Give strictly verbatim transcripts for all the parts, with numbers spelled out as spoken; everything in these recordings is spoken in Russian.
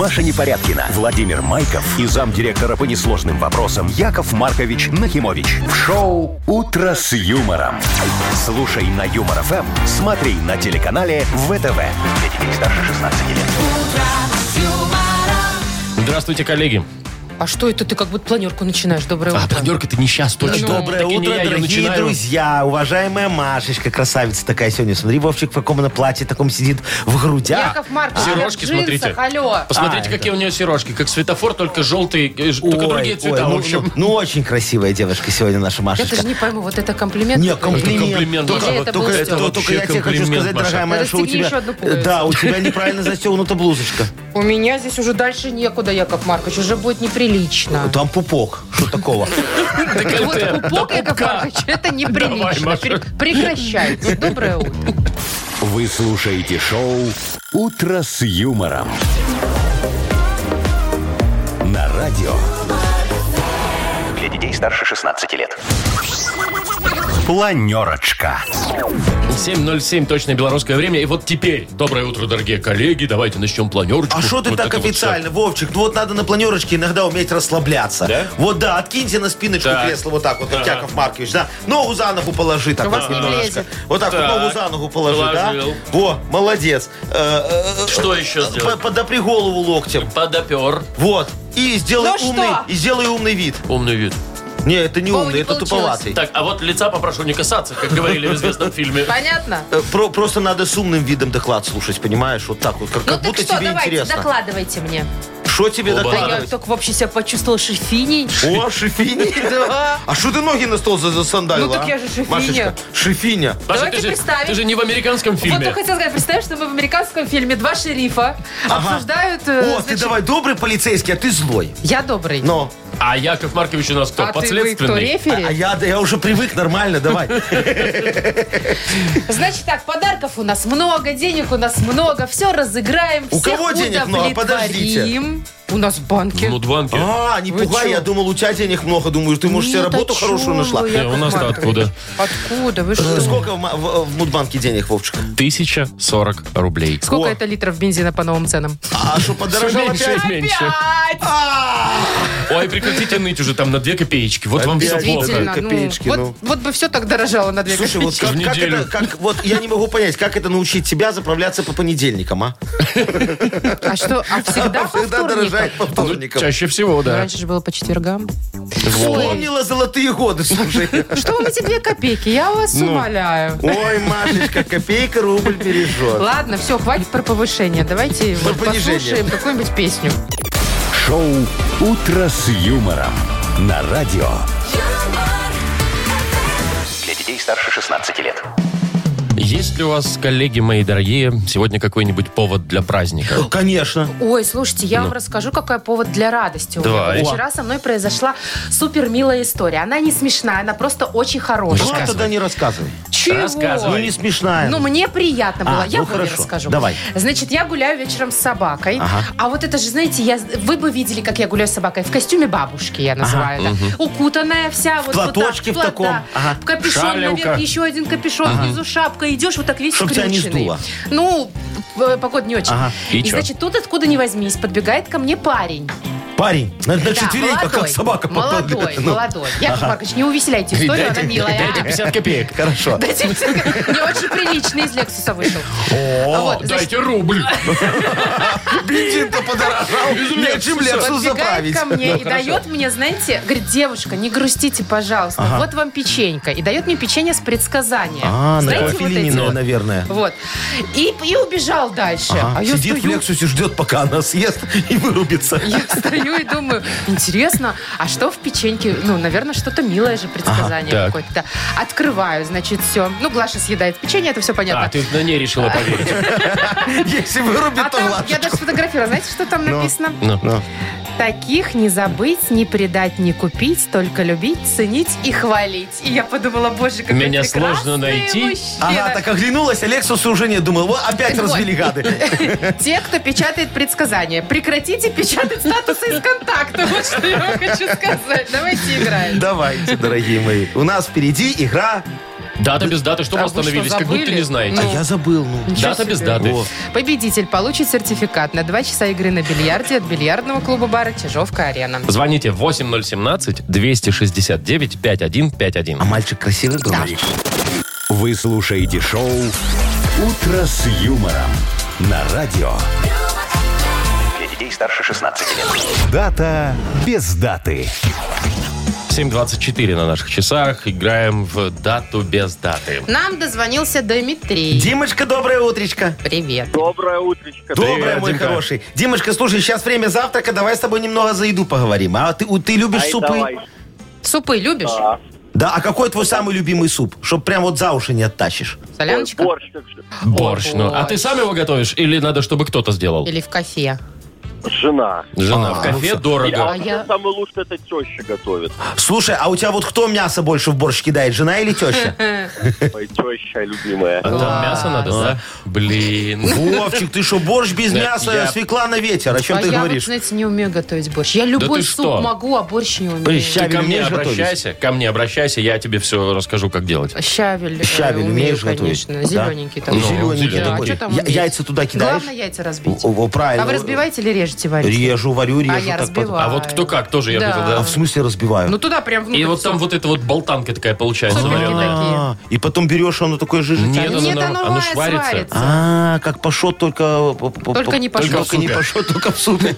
Маша Непорядкина, Владимир Майков и замдиректора по несложным вопросам Яков Маркович Нахимович. В шоу «Утро с юмором». Слушай на Юмор ФМ, смотри на телеканале ВТВ. Для детей старше шестнадцати лет. Здравствуйте, коллеги. А что это ты как будто планерку начинаешь? Доброе утро. А, планерка ты не сейчас, точно. Ну, Доброе Так и не утро, я, я дорогие начинаю. друзья. Уважаемая Машечка, красавица такая сегодня. Смотри, Вовчик в каком она платье таком сидит в грудях. Яков Маркович, Сережки, в джинсах, смотрите. алло. Посмотрите, А, какие у нее сережки. Как светофор, только желтый, э, только другие цвета, ну, в общем. ну, ну, очень красивая девушка сегодня наша Я Машечка. даже не пойму, вот это комплимент? Не, такой? комплимент. комплимент. Только, Или это только, был это- стёб? только Вообще я тебе хочу комплимент, сказать, Маша. дорогая моя, что у Расстегни тебя... еще одну пуговицу. Да, у тебя неправильно застегнута блузочка. У меня здесь уже дальше некуда, Яков Маркович, уже будет неприлично. Там пупок. Что такого? Декольте. Вот пупок, Да Яков пупка. Маркович, это Давай, неприлично. Маша. Пре- Прекращайте. Доброе утро. Вы слушаете шоу «Утро с юмором». На радио. Для детей старше шестнадцати лет. Планерочка. семь ноль семь, точное белорусское время. И вот теперь, доброе утро, дорогие коллеги. Давайте начнем планерочку. А что ты Вот так это вот официально, Вовчик? Ну вот надо на планерочке иногда уметь расслабляться. Да? Вот да, откиньте на спиночку Так. кресла вот так вот, как Ага. Яков Маркович, да? Ногу за ногу положи так У вот вас не немножечко. влезет. Вот так, Так. вот ногу за ногу положи, Положил. да? Во, молодец. Э, э, Что еще э, сделать? по- Подопри голову локтем. все. Подопер. Вот. И сделай Ну умный, что? и сделай умный вид. Умный вид. Не, это не Вова, умный, не это получилось. туповатый. Так, а вот лица попрошу не касаться, как говорили в известном фильме. Понятно? Э, про- просто надо с умным видом доклад слушать, понимаешь? Вот так вот, как, Ну как так будто что, тебе давайте, интересно. докладывайте мне. Что тебе Оба. Да я докладывать? только вообще себя почувствовала шефиней. О, шифини. Да. А что ты ноги на стол за- засандалила? Ну, так а? я же шифиня. Машечка, шифиня. Маша, Давайте ты же, представим. ты же не в американском Вот фильме. только хотела сказать, представь, что мы в американском фильме два шерифа обсуждают... э, О, ты значит, давай добрый полицейский, а ты злой. Я добрый. Но. А Яков Маркович у нас кто? А ты вы кто, Подследственный? рефери? А я, да я уже привык, нормально, давай. Значит так, подарков у нас много, денег у нас много, все разыграем, У всех кого денег много? удовлетворим. У нас в банке. Ну, банки. А, не Вы пугай, чё? я думал, у тебя денег много, думаю, ты, может, себе Нет, работу а чё хорошую нашла. вы, Не, Яков у нас-то Маркович? откуда? Откуда? Вы что? Сколько в, ма- в- в Мудбанке денег, Вовчик? тысяча сорок рублей. Сколько О. это литров бензина по новым ценам? А что, подорожало меньше опять? и меньше. Опять! Ой, прекратите ныть уже там на две копеечки. Вот вам все Опять. плохо. Действительно, ну, копеечки, вот, ну. вот бы все так дорожало на две Слушай, вот копейки. как, В как неделю. это, как, вот я не могу понять, как это научить тебя заправляться по понедельникам, а? А что, а всегда по Всегда дорожает вторникам? по Ну, вторникам. чаще всего, да. Раньше же было по четвергам. Вспомнила золотые годы, слушай. Что вам эти две копейки? Я вас Ну. умоляю. Ой, Машечка, копейка рубль бережет. Ладно, все, хватит про повышение. Давайте Про вот понижение. послушаем какую-нибудь песню. Шоу «Утро с юмором». На радио. Для детей старше шестнадцати лет. Есть ли у вас, коллеги мои дорогие, сегодня какой-нибудь повод для праздника? Конечно. Ой, слушайте, я вам расскажу, какой повод для радости. у меня. Давай. Вчера со мной произошла супер милая история. Она не смешная, она просто очень Ну, хорошая. тогда не рассказывай. Чего? Рассказывай. Ну, не смешная. Ну, мне приятно было. А, я ну, вам хорошо. расскажу. Давай. Значит, я гуляю вечером с собакой. Ага. А вот это же, знаете, я, вы бы видели, как я гуляю с собакой. В костюме бабушки, я называю. Да. Укутанная вся. Вот, платочке вот так, в таком. да. Ага. В капюшон Шалевка. наверх, еще один капюшон, внизу шапка. Идешь вот так весь Чтоб тебя не скрюченный. сдуло. Ну, п- погода не очень. Ага. И И, чё? значит, тут откуда ни возьмись, подбегает ко мне парень. Парень, на, на Да, четвереньках, как молодой, собака. Молодой, попадает. Ну, молодой. Яков Маркович, не увеселяйте историю, она милая. Дайте пятьдесят копеек. Хорошо. Дайте мне сказать, не очень приличный из Лексуса вышел. А вот, значит, Дайте рубль. Бензин-то подорожал. Нечем Лексус подбегает заправить. ко мне и дает мне, знаете, говорит, девушка, не грустите, пожалуйста, вот вам печенька. И дает мне печенье с предсказанием. А, Знаете, вот накофелининое, эти? наверное. Вот. И, и убежал дальше. Ага. А я Сидит в стою, Лексусе, ждет, пока она съест и вырубится. я стою и думаю, интересно, а что в печеньке? Ну, наверное, что-то милое же предсказание Ага, так. какое-то. Да. Открываю, значит, все. Ну, Глаша съедает печенье, это все понятно. А, ты на ней решила поверить. Если вырубит, А то там, ладно. я даже сфотографировала, знаете, что там написано? Ну. Таких не забыть, не предать, не купить, только любить, ценить и хвалить. И я подумала, боже, какой Меня прекрасный сложно найти. мужчина. Ага, так оглянулась, а Лексуса уже нет. Думала, вот опять Вот. развели гады. Те, кто печатает предсказания, прекратите печатать статусы из контакта. Вот что я вам хочу сказать. Давайте играем. Давайте, дорогие мои. У нас впереди игра Дата без даты, что А вы вы что, остановились, как будто забыли? не знаете. А я забыл, ну. Ничего Дата без себе. даты. Во. Победитель получит сертификат на два часа игры на бильярде от бильярдного клуба-бара «Чижовка-арена». Звоните восемь ноль семнадцать двести шестьдесят девять пятьдесят один пятьдесят один. А мальчик красивый, говоришь? Вы слушаете шоу «Утро с юмором» на радио. Для детей старше шестнадцати лет. Дата без даты. семь двадцать четыре на наших часах. Играем в дату без даты. Нам дозвонился Дмитрий. Димочка, доброе утречко. Привет. Доброе утречко. Доброе, Привет, мой Димка. хороший. Димочка, слушай, сейчас время завтрака, давай с тобой немного за еду поговорим. А ты, у- ты любишь Ай, супы? давай. Супы любишь? Да. Да, а какой твой самый любимый суп? Чтоб прям вот за уши не оттащишь. Соляночка? Борщ как же. Борщ. Ну, а борщ. ты сам его готовишь или надо, чтобы кто-то сделал? Или в кафе? Жена. Жена, А, в кафе ну всё. дорого. А я- Самый лучший это теща готовит. Слушай, а у тебя вот кто мясо больше в борщ кидает, жена или теща? Ой, теща любимая. А там мясо надо, да? Блин. Вовчик, ты что, борщ без Да, мяса, я- свекла на ветер? О чем а ты я говоришь? вот, знаете, не умею готовить борщ. Я любой ты суп что? могу, а борщ не умею. Борщ. Ты Щавель ко мне умеешь готовить? обращайся, ко мне обращайся, я тебе все расскажу, как делать. Щавель, э, Щавель умею, умеешь готовить? конечно. Да? Зелененький такой. Ну, Зелененький зеленый. Да, а такой. что там Я- уметь? Яйца туда кидаешь? Главное яйца разбить. О, о, правильно. А вы разбиваете или режете, варите? Режу, варю, режу. А я так потом. разбиваю. А вот кто как, тоже я Да. хотел, А да? в смысле разбиваю? Ну туда прям внутрь. И вот всё. там вот эта вот болтанка такая получается Супер вареная. такие. А, и потом берешь, оно такое жижи Нет, тянет. оно Нет, норм- оно, оно оно шварится. сварится. А, как пашот, только... Только не пашот. Только не в супе. пашот, только в супе.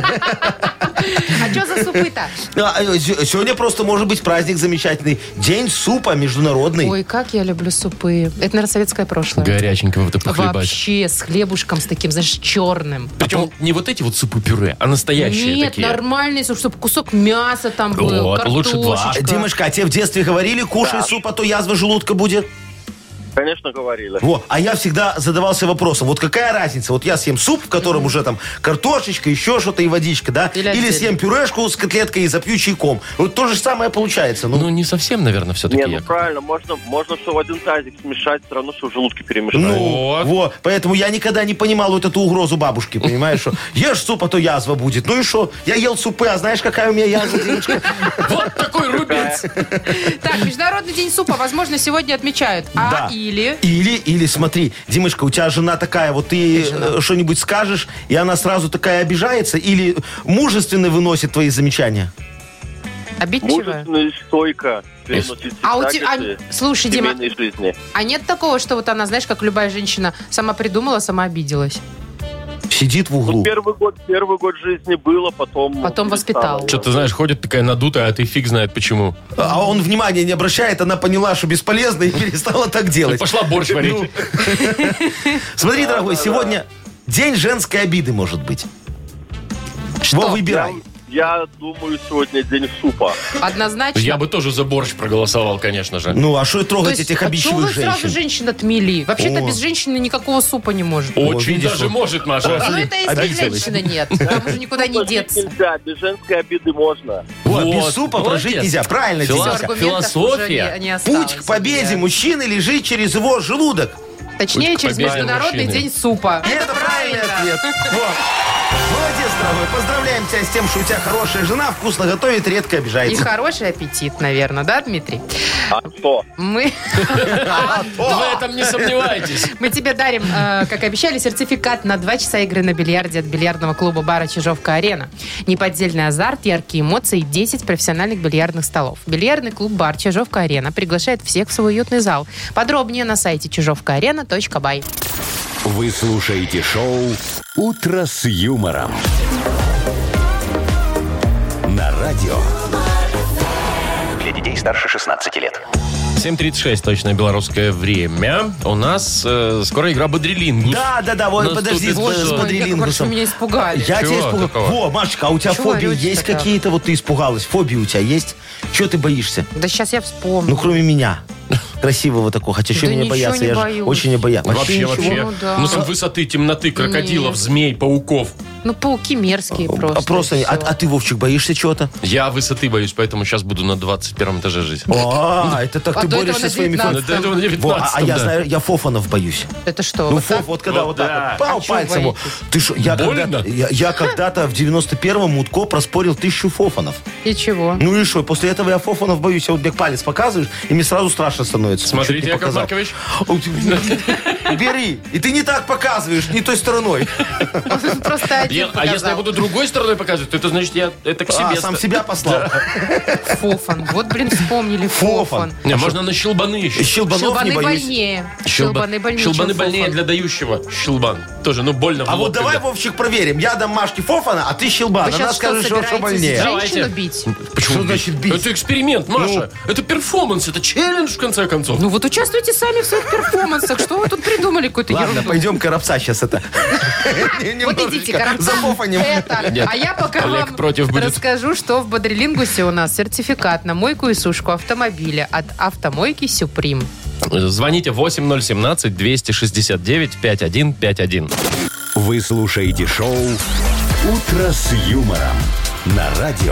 А что за супы-то? А, э, с- Сегодня просто может быть праздник замечательный. День супа международный. Ой, как я люблю супы. Это, наверное, советское прошлое. Горяченького вот похлебать. Вообще, с хлебушком, с таким, знаешь, черным. Причем не вот эти вот супы-пюре, а настоящие Нет, такие. нормальный суп, чтобы кусок мяса там был, Вот, лучше два. картошечка. Димочка, а тебе в детстве говорили, кушай суп, а то язва желудка будет? Конечно, говорили. Во, а я всегда задавался вопросом, вот какая разница? Вот я съем суп, в котором уже там картошечка, еще что-то и водичка, да? Или Или отдельно. съем пюрешку с котлеткой и запью чайком. Вот то же самое получается. Ну, Ну, не совсем, наверное, все-таки. Не, ну правильно, можно, можно все в один тазик смешать, все равно все в желудке перемешать. ну, Вот. вот. Поэтому я никогда не понимал вот эту угрозу бабушки, понимаешь, что ешь суп, а то язва будет. Ну и что? Я ел супы, а знаешь, какая у меня язва, Димочка? Вот такой рубец. Так, Международный день супа, возможно, сегодня отмечают. А Да. или... Или, или смотри, Димочка, у тебя жена такая, вот ты э, что-нибудь скажешь, и она сразу такая обижается, или мужественно выносит твои замечания? Обидчивая? Мужественно и стойко переносить А у все тебя... тяготы Слушай, Дима, семейной жизни. а нет такого, что вот она, знаешь, как любая женщина, сама придумала, сама обиделась? Сидит в Ну, углу. первый год, первый год жизни было, потом... Потом воспитал. Что ты знаешь, ходит такая надутая, а ты фиг знает почему. А он внимания не обращает, она поняла, что бесполезно и перестала так делать. Пошла борщ варить. Ну, смотри, дорогой, сегодня день женской обиды может быть. Во, выбирай. Я думаю, сегодня день супа. Однозначно. Я бы тоже за борщ проголосовал, конечно же. Ну, а что То трогать есть, этих а чего обидчивых вы сразу женщин? женщин отмели? Вообще-то О. без женщины никакого супа не может. быть. Очень видишь, даже вот. может, Маша. Ну, это если обиделась. женщины нет. Там уже никуда не Прожить деться. нельзя, без женской обиды можно. Вот, без Вот, супа молодец. прожить нельзя. Правильно, Философ. Димочка. Аргументов Философия. уже не- не осталось Путь к у победе меня. мужчины лежит через его желудок. Точнее, Путь к через победе Международный мужчины. день супа. И это правильный ответ. Вот. Молодец, дорогой. Поздравляем тебя с тем, что у тебя хорошая жена, вкусно готовит, редко И обижается. хороший аппетит, наверное, да, Дмитрий? А что? Мы, В этом не сомневайтесь. мы тебе дарим, э, как обещали, сертификат на два часа игры на бильярде от бильярдного клуба бара «Чижовка-арена». Неподдельный азарт, яркие эмоции и десять профессиональных бильярдных столов. Бильярдный клуб бар «Чижовка-арена» приглашает всех в свой уютный зал. Подробнее на сайте чижовка арена точка бай. Вы слушаете шоу «Утро с юмором». На радио. Для детей старше шестнадцати лет. семь тридцать шесть точное белорусское время. У нас э, скоро игра «Бодрилингус». Да, да, да, вот Наступит подожди, с, что? с Ой, Яков Маркович, вы бодрилингусом. меня испугали. Я Чего тебя испугал. такого? Во, Машечка, а у тебя Чего фобии орете есть тогда? какие-то? Вот ты испугалась. Фобии у тебя есть? Чего ты боишься? Да сейчас я вспомню. Ну, кроме меня. Красивого такого. Хотя что Да меня ничего бояться? не Я же боюсь. очень не боюсь. Вообще, вообще. Ну да. Ну, с высоты темноты крокодилов, Нет. змей, пауков. Ну, пауки мерзкие просто. А, просто, и а, всё. а ты, Вовчик, боишься чего-то? Я высоты боюсь, поэтому сейчас буду на двадцать первом этаже жить. А, это так А ты до этого борешься на своими девятнадцатом. До этого на Во, а, девятнадцатом, а я да. знаю, я фофанов боюсь. Это что? Ну, вот фоф, так? вот когда Вот вот, так да. вот, пау, А чё пальцем. вот. боитесь? Ты шо, я Больно? когда-то, я, я когда-то в девяносто первом Мутко проспорил тысячу фофанов. И чего? Ну и что, после этого я фофанов боюсь. Я вот мне палец показываешь, и мне сразу страшно становится. Смотрите, Чуть не Яков показал. Маркович. Бери. И ты не так показываешь, не той стороной. Просто Я- один а если я показал. буду другой стороной показывать, то это значит, я это к А, себе. сам ста- себя послал. Фофан. Вот, блин, вспомнили. Фофан. Фофан. Не, можно на щелбаны еще. Щелбанов не Щелбаны боюсь. больнее. Щелба- Щелбаны больнее, Щелбаны чем больнее фофан. для дающего. Щелбан. Тоже, ну, больно в А лоб, вот давай, когда- Вовчик, проверим. Я дам Машке фофана, а ты щелбан. Вы Она сейчас что, скажет, что, что собираетесь больнее. Давайте. женщину бить? Почему Что значит бить? Это эксперимент, Маша. Это перформанс, это челлендж, в конце концов. Ну вот участвуйте сами в своих перформансах. Что вы тут придумали какую-то Ладно, ерунду? пойдем коробца сейчас это. Вот идите, коробца. Зафофанем. Это. Нет, А я пока Олег вам против будет. расскажу, что в Бодрилингусе у нас сертификат на мойку и сушку автомобиля от автомойки «Сюприм». Звоните восемь ноль один семь двести шестьдесят девять пятьдесят один пятьдесят один. Вы слушаете шоу «Утро с юмором» на радио.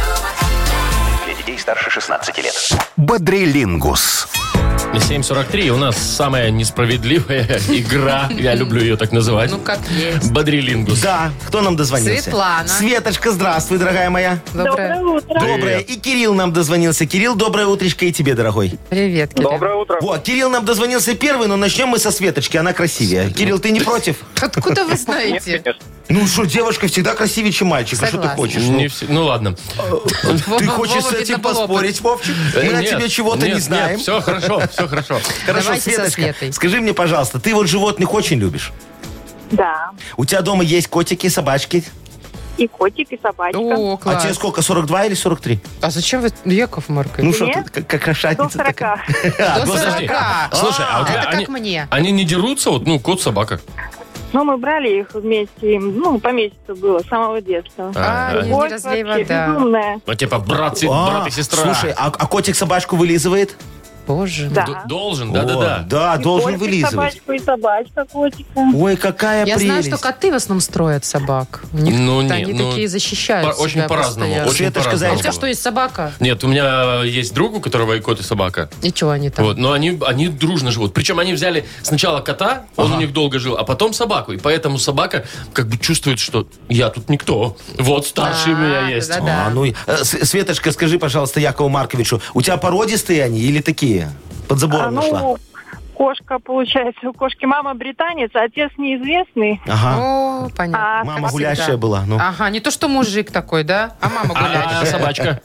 Для детей старше шестнадцати лет. Бодрилингус. семь сорок три. У нас самая несправедливая игра. Я люблю ее так называть. Ну, как есть. Бодрилингус. Да, кто нам дозвонился? Светлана. Светочка, здравствуй, дорогая моя. Доброе утро. Доброе. И Кирилл нам дозвонился. Кирилл, доброе утречко и тебе, дорогой. Привет, Кирилл. Доброе утро. Вот, Кирилл нам дозвонился первый, но начнем мы со Светочки, она красивее. Кирилл, ты не против? Откуда вы Нет, знаете? конечно. Ну что, девушка всегда красивее, чем мальчик. А что ты Согласна. хочешь? Не Ну, все- Ну ладно. ты Вова, хочешь с Вова, этим видно, был опыт. поспорить, Вовчик? Мы Э, о нет, тебе чего-то нет, не знаем. Нет, все хорошо, все хорошо. Хорошо, Давайте со Светочка, Светой. скажи мне, пожалуйста, ты вот животных очень любишь? Да. У тебя дома есть котики, собачки? И котик, и собачка. О, А тебе класс. сколько, сорок два или сорок три? А зачем вы, Яков Маркович? Ну что ты, Нет. как, как До кошатница сорока. такая? А, До до Подожди. сорока. Слушай, а у тебя Это они, как мне. они не дерутся? Вот, ну, кот, собака. Ну, мы брали их вместе, им, ну, по месяцу было, с самого детства. А, да. не, Любовь не разлей вообще вода. безумная. Ну, типа брат, и- А, брат и сестра. Слушай, а, а котик собачку вылизывает? Боже мой. Да. Д- Должен, О, да-да-да. Да, И должен котик вылизывать. собачку, и собачка котика. Ой, какая Я прелесть. знаю, что коты в основном строят собак. У них Ну, не, они ну, такие защищают по- очень себя по-разному, постоянно. очень Светочка, по-разному. А у знаешь, тебя что, есть собака? Нет, у меня есть друг, у которого и кот, и собака. И что они там? Вот, но они, они дружно живут. Причем они взяли сначала кота, он у них долго жил, а потом собаку. И поэтому собака как бы чувствует, что я тут никто. Вот старший у меня А, есть. да-да-да. А, ну, и- э, С- Светочка, скажи, пожалуйста, Якову Марковичу, у тебя породистые они или такие? Под забором А, нашла. ну, кошка, получается, у кошки мама британец, а отец неизвестный. Ага. О, понятно. А Мама как гулящая всегда. была. Ну. Ага, не то что мужик такой, да? А мама А, гуляет. собачка?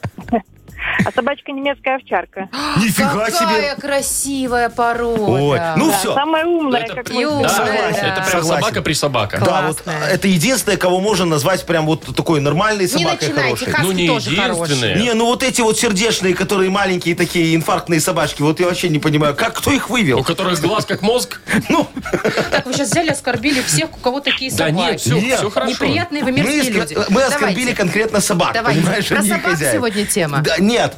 А собачка немецкая овчарка. Нифига себе. Какая красивая порода. Ой, ну Да, все. самая умная, Это- как И мы умная, знаем. Согласен. да. Это прям Согласен. собака при собака. Класс. Да, вот Классная. это единственное, кого можно назвать прям вот такой нормальной Не собакой начинайте, хорошей. хаски Ну, не тоже единственные. хорошие. Не, ну вот эти вот сердечные, которые маленькие такие инфарктные собачки, вот я вообще не понимаю, как кто их У вывел? которых глаз как мозг. Ну, Так, вы сейчас взяли, оскорбили всех, у кого такие Да собаки. нет, все, Нет. все хорошо. Неприятные вы мы, мерзкие иск- люди. мы оскорбили Давайте. конкретно собак, Давайте. понимаешь, Про они собак хозяева. сегодня тема. Да, нет.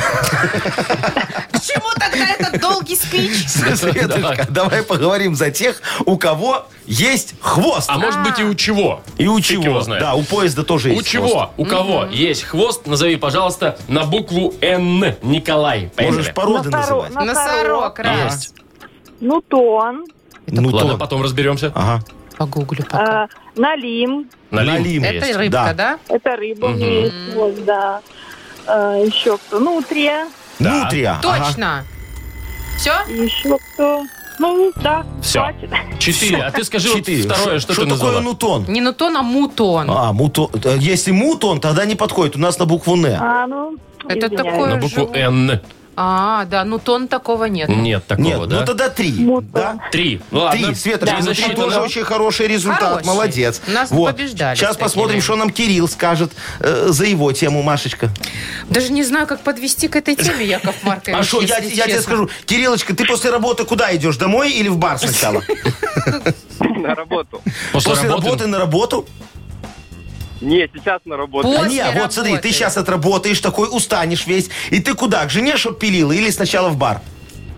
К чему тогда этот долгий спич? Светочка, давай поговорим за тех, у кого есть хвост. А может быть и у чего? И у Фиг чего? его знает. Да, у поезда тоже У есть чего? хвост. У кого есть хвост? Назови, пожалуйста, на букву Н. Николай. Поехали. Можешь породы Носорог. называть. Носорог, раз. Есть. Нутон, Ну, Ладно, то. потом разберемся. Ага. Погуглю пока. э, налим. Налим. Налим. есть. Это рыбка, Да. да? Это рыба у Мгм. нее есть, вот, да. Э, еще кто? Нутрия. Да. Нутрия. ага. Точно. Все? Еще кто? Ну, да, Все. хватит. Четыре. А ты скажи вот Четыре. второе, что, ты такое назвала? нутон? Не нутон, а мутон. А, мутон. Э, Если мутон, тогда не подходит. У нас на букву Н. А, ну, Это извиняюсь. такое- На букву живу. Н. А, да, нутон такого нет. Нет такого, Нет, да? ну тогда три. Мутон. Да? Три. Ладно. Три, Светочка, Три ну, засчитано. тоже очень хороший результат. Хороший. Молодец. Нас побеждали Сейчас с такими. посмотрим, что нам Кирилл скажет э, за его тему, Машечка. Даже не знаю, как подвести к этой теме, Яков Маркович. А что, я, если я тебе честно. скажу. Кириллочка, ты после работы куда идешь? Домой или в бар сначала? На работу. После, После работы? работы на работу? Не, сейчас на работу. После А не, вот смотри, ты работы. сейчас отработаешь, такой устанешь весь. И ты куда? К жене, чтоб пилила или сначала в бар?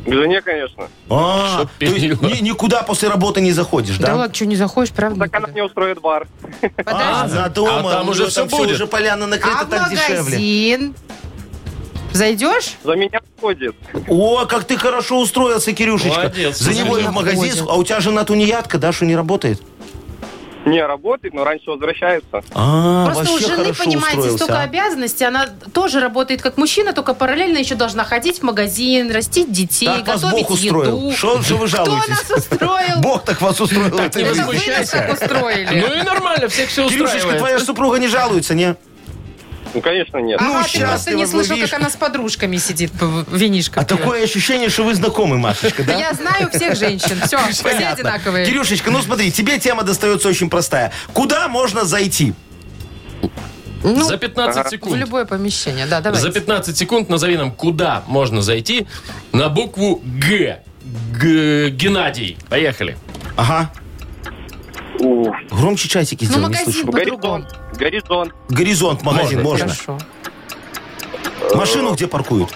К жене, конечно. А, Чтоб то есть пила. ни- никуда после работы не заходишь, Да да? ладно, что не заходишь, правда? Так она никуда? мне устроит бар. А, Подожди. за дома, А там у уже неё всё там всё будет. уже поляна накрыта, А в так дешевле. магазин? Зайдешь? За меня ходит. О, как ты хорошо устроился, Кирюшечка. Молодец, За него и в слушай. магазин. Ходит. А у тебя жена тунеядка, да, что не работает? Не, работает, но раньше возвращается. А, Просто у вообще жены, хорошо понимаете, устроился, столько а. обязанностей. Она тоже работает как мужчина, только параллельно еще должна ходить в магазин, растить детей, Так вас готовить Бог устроил. еду. Что же вы Кто жалуетесь? нас устроил? Бог так вас устроил. в этой не Это жизни. вы нас возмущайся. так устроили. Ну и нормально, всех все Кирюшечка, устраивает. твоя супруга не жалуется, не? Ну, конечно, нет. Ну, Ага, ты просто счастлива, не слышал, видишь. как она с подружками сидит, п- винишко А пьет. такое ощущение, что вы знакомы, Машечка, да? Я знаю всех женщин. Все, все Понятно. одинаковые. Кирюшечка, ну смотри, тебе тема достается очень простая. Куда можно зайти? Ну, За пятнадцать в секунд. любое помещение, да, давай. За пятнадцать секунд назови нам, куда можно зайти на букву Г. Г. Геннадий. Поехали. Ага. У, Громче часики Ну, сделай, не магазин слышу. по-другому. Горизонт. Горизонт. Горизонт, магазин, можно. Хорошо. Машину где паркуют?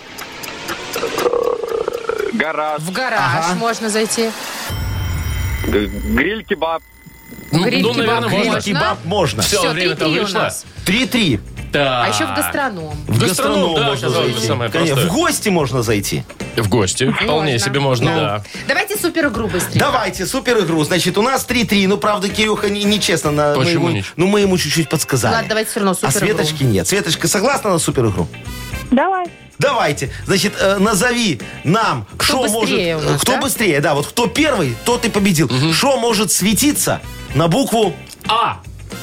Гараж. В гараж Ага. можно зайти. г- Гриль-кебаб. Ну, Гриль, ну, наверное, кебаб, можно. можно. Кебаб можно. Все, Всё, время-то три-три у вышло. нас. Три-три. Так. А еще в гастроном. В Гастроном, гастроном да, можно казалось бы, зайти. самое Конечно, простое. в гости можно зайти. В гости. Вполне себе можно, да. Давайте супер игру быстрее. Давайте, супер игру. Значит, у нас три-три. Ну, правда, Кирюха не- нечестно. На, мы Почему ему, ничего? ну, мы ему чуть-чуть подсказали. Ладно, давайте все равно А супер игру. Светочки нет. Светочка, согласна на супер игру? Давай. Давайте. Значит, э, назови нам, Кто что быстрее может... у нас, кто да? быстрее, да. Вот кто первый, тот и победил. Что может светиться на букву... А.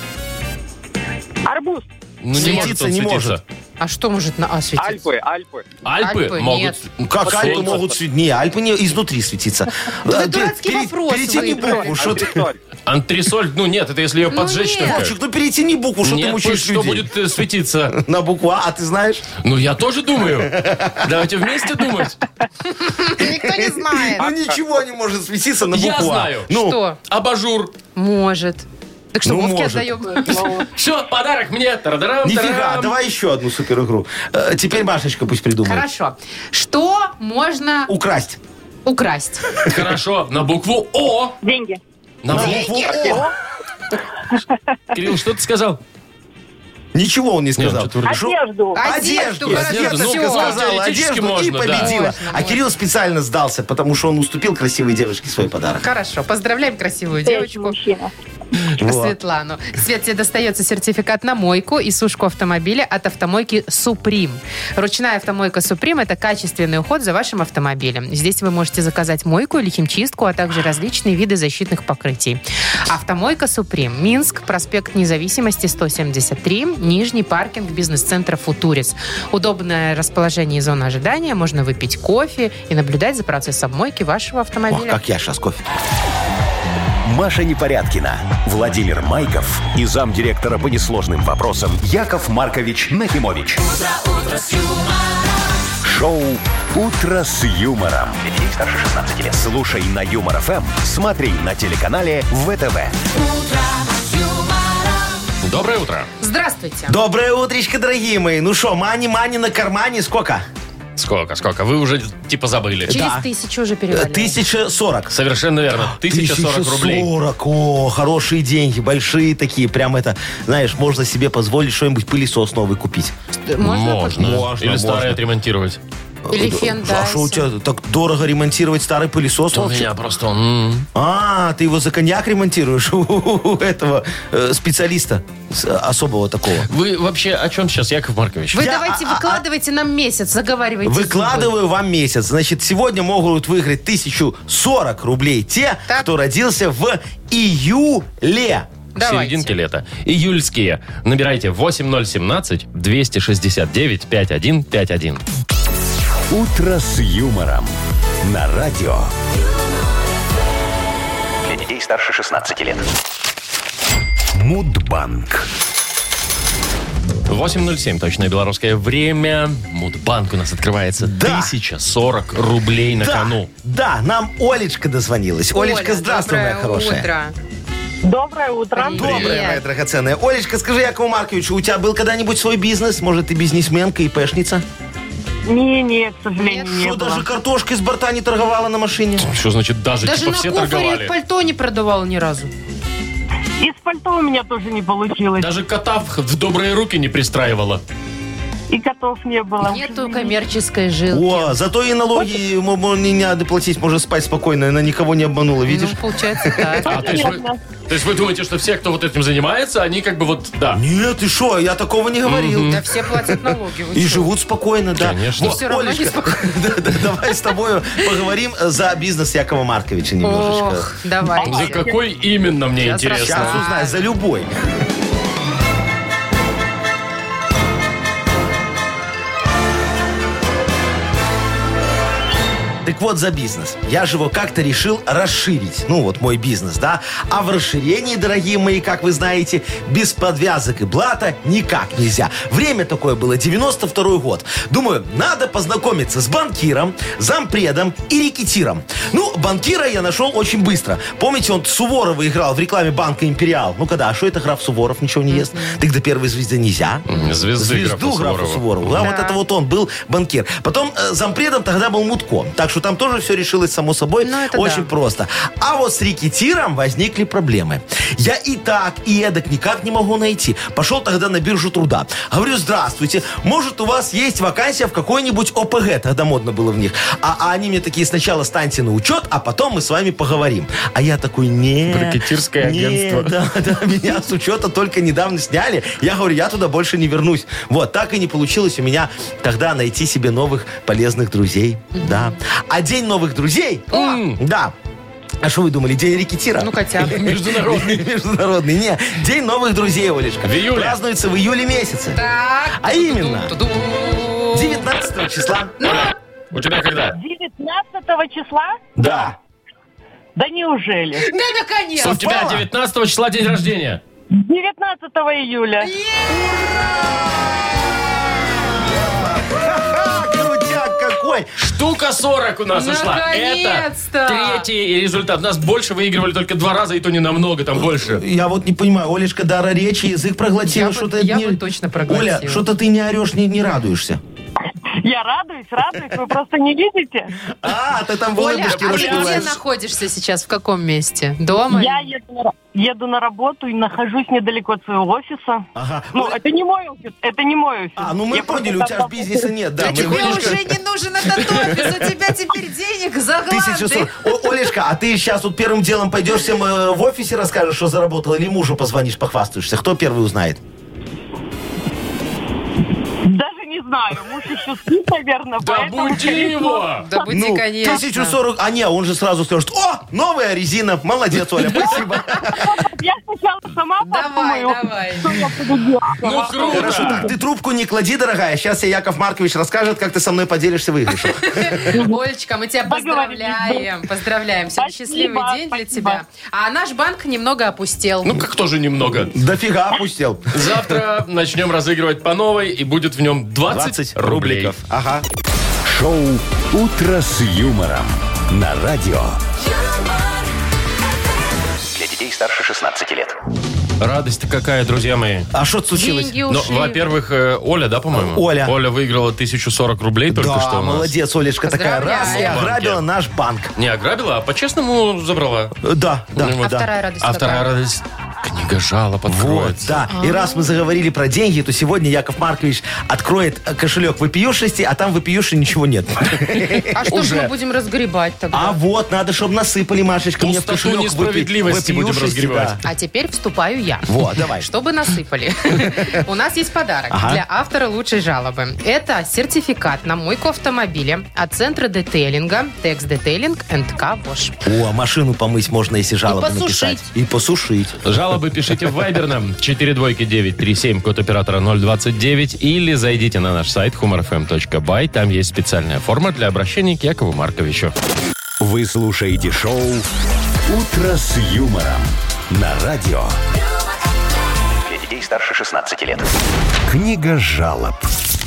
Арбуз. Ну, не Светиться может он не светиться. может. А что может на А светиться? Альпы. Альпы. Альпы, Альпы могут... нет. Ну, Как Солнце. Альпы могут светить? Не, Альпы не изнутри светиться. Да вы Э, дурацкий пере- вопрос Перетяни выбрали. букву. Что ты... Антресоль. Антресоль, ну нет, это если ее Ну поджечь нет. только. Вовчик, ну перетяни букву, что ты Нет, мучаешь что людей. будет э, светиться? На букву А, а ты знаешь? Ну, я тоже думаю. Давайте вместе думать. Никто не знает. Ну ничего не может светиться на Я букву А. знаю. Ну, Что? Абажур. Может. Так что, Ну, Вовке может. отдаем? Все, подарок мне. Тарадарам, нифига, тарарам. давай еще одну супер игру. Э, Теперь Машечка пусть придумает. Хорошо. Что можно Украсть. украсть? Хорошо, на букву О. Деньги. На На букву букву О. Кирилл, что ты сказал? Ничего он не сказал. что-то вроде- Шо? Одежду. Одежду, Одежду, Светочка ну, всё. сказала теоретически одежду можно, и да. победила. Можно, А можно. Кирилл специально сдался, потому что он уступил красивой девушке свой подарок. Хорошо. Поздравляем красивую Девочку. девочку. Мужчина. Вот. Светлану. Свет, тебе достается сертификат на мойку и сушку автомобиля от автомойки «Суприм». Ручная автомойка «Суприм» — это качественный уход за вашим автомобилем. Здесь вы можете заказать мойку или химчистку, а также различные виды защитных покрытий. Автомойка «Суприм». Минск, проспект Независимости, сто семьдесят три, Нижний паркинг бизнес-центра «Футурис». Удобное расположение и зона ожидания. Можно выпить кофе и наблюдать за процессом мойки вашего Ох, автомобиля. как я сейчас кофе. Маша Непорядкина, Владимир Майков и замдиректора по несложным вопросам Яков Маркович Нахимович. Шоу «Утро с юмором». Для детей старше шестнадцати лет. Слушай на Юмор ФМ, смотри на телеканале ВТВ. Доброе утро. Здравствуйте. Доброе утречко, дорогие мои. Ну что, мани-мани на кармане сколько? Сколько, сколько? Вы уже типа забыли. Через Да. тысячу уже Э, перевалило. Тысяча сорок. Совершенно верно. тысяча сорок рублей. сорок, о, хорошие деньги, большие такие, прям это, знаешь, можно себе позволить что-нибудь пылесос новый купить. Можно? Можно. Можно, Или старое можно. отремонтировать. Или фен, А что у тебя так дорого ремонтировать старый пылесос? У Вовчик? меня просто он... м, А, ты его за коньяк ремонтируешь у этого э, специалиста с- особого такого. Вы вообще о чем сейчас, Яков Маркович? Вы Я- давайте а- а- выкладывайте нам месяц, заговаривайте Выкладываю вам месяц. Значит, сегодня могут выиграть тысячу сорок рублей те, Так. кто родился в июле. В серединке лета. Июльские. Набирайте восемь ноль семнадцать двести шестьдесят девять пятьдесят один пятьдесят один. «Утро с юмором» на радио. Для детей старше шестнадцати лет. Мудбанк. восемь ноль семь, точное белорусское время. Мудбанк у нас открывается. Да. тысяча сорок рублей на Да, кону. да, нам Олечка дозвонилась. Олечка, здравствуй, моя хорошая. Утро. Доброе утро. Привет. Добрая, моя драгоценная. Олечка, скажи, Якову Марковичу, у тебя был когда-нибудь свой бизнес? Может, ты бизнесменка и пешница? Не, не, к сожалению, Нет? не Что, было. даже картошкой с борта не торговала на машине? Что значит даже? Даже Типа на все куфоре торговали. пальто не продавал ни разу. Из пальто у меня тоже не получилось. Даже кота в, в добрые руки не пристраивала. И котов не было. Нету коммерческой жилки. О, зато и налоги мо- мо- не надо платить, можно спать спокойно, она никого не обманула, видишь? Ну, получается так. А, то есть, вы, то есть вы думаете, что все, кто вот этим занимается, они как бы вот, да. Нет, ты что, я такого не говорил. Да все платят налоги. вы И что? живут спокойно, да. Конечно. Вот, И всё равно Олечка, неспокойно. да, да, давай с тобой поговорим за бизнес Якова Марковича немножечко. Ох, давайте. За какой именно, мне Сейчас интересно. Сейчас узнай, за любой. Так вот, за бизнес. Я же его как-то решил расширить. Ну, вот мой бизнес, да. А в расширении, дорогие мои, как вы знаете, без подвязок и блата никак нельзя. Время такое было, девяносто второй год. Думаю, надо познакомиться с банкиром, зампредом и рекетиром. Ну, банкира я нашел очень быстро. Помните, он Суворова играл в рекламе банка «Империал». Ну, когда, а что это граф Суворов ничего не ест? Так до первой звезды нельзя. М, Звезды Звезду графа графа Суворова. Суворова. Да, Да. вот это вот он был банкир. Потом э, зампредом тогда был Мутко. Так что там тоже все решилось само собой. Ну, это Очень да. просто. А вот с рекетиром возникли проблемы. Я и так, и эдак никак не могу найти. Пошел тогда на биржу труда. Говорю, здравствуйте, может у вас есть вакансия в какой-нибудь ОПГ? Тогда модно было в них. А, а они мне такие, сначала станьте на учет, а потом мы с вами поговорим. А я такой, не. Рекетирское не, агентство. Да, да, меня с учета только недавно сняли. Я говорю, я туда больше не вернусь. Вот, так и не получилось у меня тогда найти себе новых полезных друзей. Да. А день новых друзей, да. А что вы думали, день рекетира? Ну, хотя бы. Международный. Международный. Не, день новых друзей, Олечка. В июле. Празднуется в июле месяце. Так. А именно Ту-ду-ду-ду. девятнадцатого числа. У тебя когда? девятнадцатого числа? Да. Да неужели? Да, наконец-то. У тебя девятнадцатого числа день рождения. девятнадцатого июля. Ха, крутяк какой. Штука сорок у нас ушла. Наконец-то! Это третий результат. У нас больше выигрывали только два раза, и то не намного, там больше. Я вот не понимаю, Олечка, дара речи, язык проглотила. Я бы- что-то я не- бы точно проглотила. Оля, что-то ты не орешь, не, не радуешься. Я радуюсь, радуюсь, вы просто не видите. А, ты там в Оля, улыбочке а ты где расплываешь. находишься сейчас? В каком месте? Дома? Я еду на, еду на работу и нахожусь недалеко от своего офиса. Ага. Ну, Оля- это не мой офис, это не мой офис. А, ну мы Я поняли, у просто тебя там ж бизнеса нет, да. Да мы- тебе Олечка- уже не нужен этот офис, у тебя теперь денег за Тысяча гланды. сорок. О, Олечка, а ты сейчас вот первым делом пойдешь всем э, в офисе расскажешь, что заработал, или мужу позвонишь, похвастаешься? Кто первый узнает? Даже не знаю, муж еще спит, наверное, Да поэтому... буди его! Да будь Ну, конечно. тысяча сорок. А не, он же сразу скажет: о, новая резина. Молодец, Оля, спасибо. Я сначала сама Давай, подумаю, давай. что я буду делать. Ну Хорошо, круто! так, ты трубку не клади, дорогая. Сейчас тебе Яков Маркович расскажет, как ты со мной поделишься выигрышем. Олечка, мы тебя Договорились. поздравляем. Поздравляем. Сегодня Спасибо, счастливый день для спасибо. тебя. А наш банк немного опустел. Ну как тоже немного. Дофига опустил. Завтра начнем разыгрывать по новой, и будет в нем двадцать, двадцать рублей. рубликов. Ага. Шоу «Утро с юмором» на радио. Для детей старше шестнадцати лет. Радость-то какая, друзья мои. А что случилось? Деньги Ну, ушли. во-первых, э, Оля, да, по-моему? Оля. Оля выиграла тысячу сорок рублей только Да, что у нас. молодец, Олечка, такая раз и Поздравляем. ограбила наш банк. Не ограбила, а по-честному забрала. Э, Да, да. Ну, А да. вторая радость А вторая какая? радость. Книга жалоб Вот, откроется. да. И раз мы заговорили про деньги, то сегодня Яков Маркович откроет э, кошелек вопиюшести, а там вопиюши ничего нет. А что Уже. же мы будем разгребать А тогда? вот, надо, чтобы насыпали, Машечка, мне в Пустоту кошелек несправедливости вопи- будем вопиюшести, разгребать. да. А теперь вступаю я. Вот, давай. Чтобы насыпали. У нас есть подарок Ага. для автора лучшей жалобы. Это сертификат на мойку автомобиля от центра детейлинга Текс Детейлинг энд К Вош. О, машину помыть можно, если жалобы посушить. написать. И посушить. Жалобы пишите в Вайбер нам четыре двойки девять три семь, код оператора ноль двадцать девять, или зайдите на наш сайт humor f m точка by. Там есть специальная форма для обращения к Якову Марковичу. Вы слушаете шоу «Утро с юмором» на радио. Для детей старше шестнадцати лет. Книга жалоб.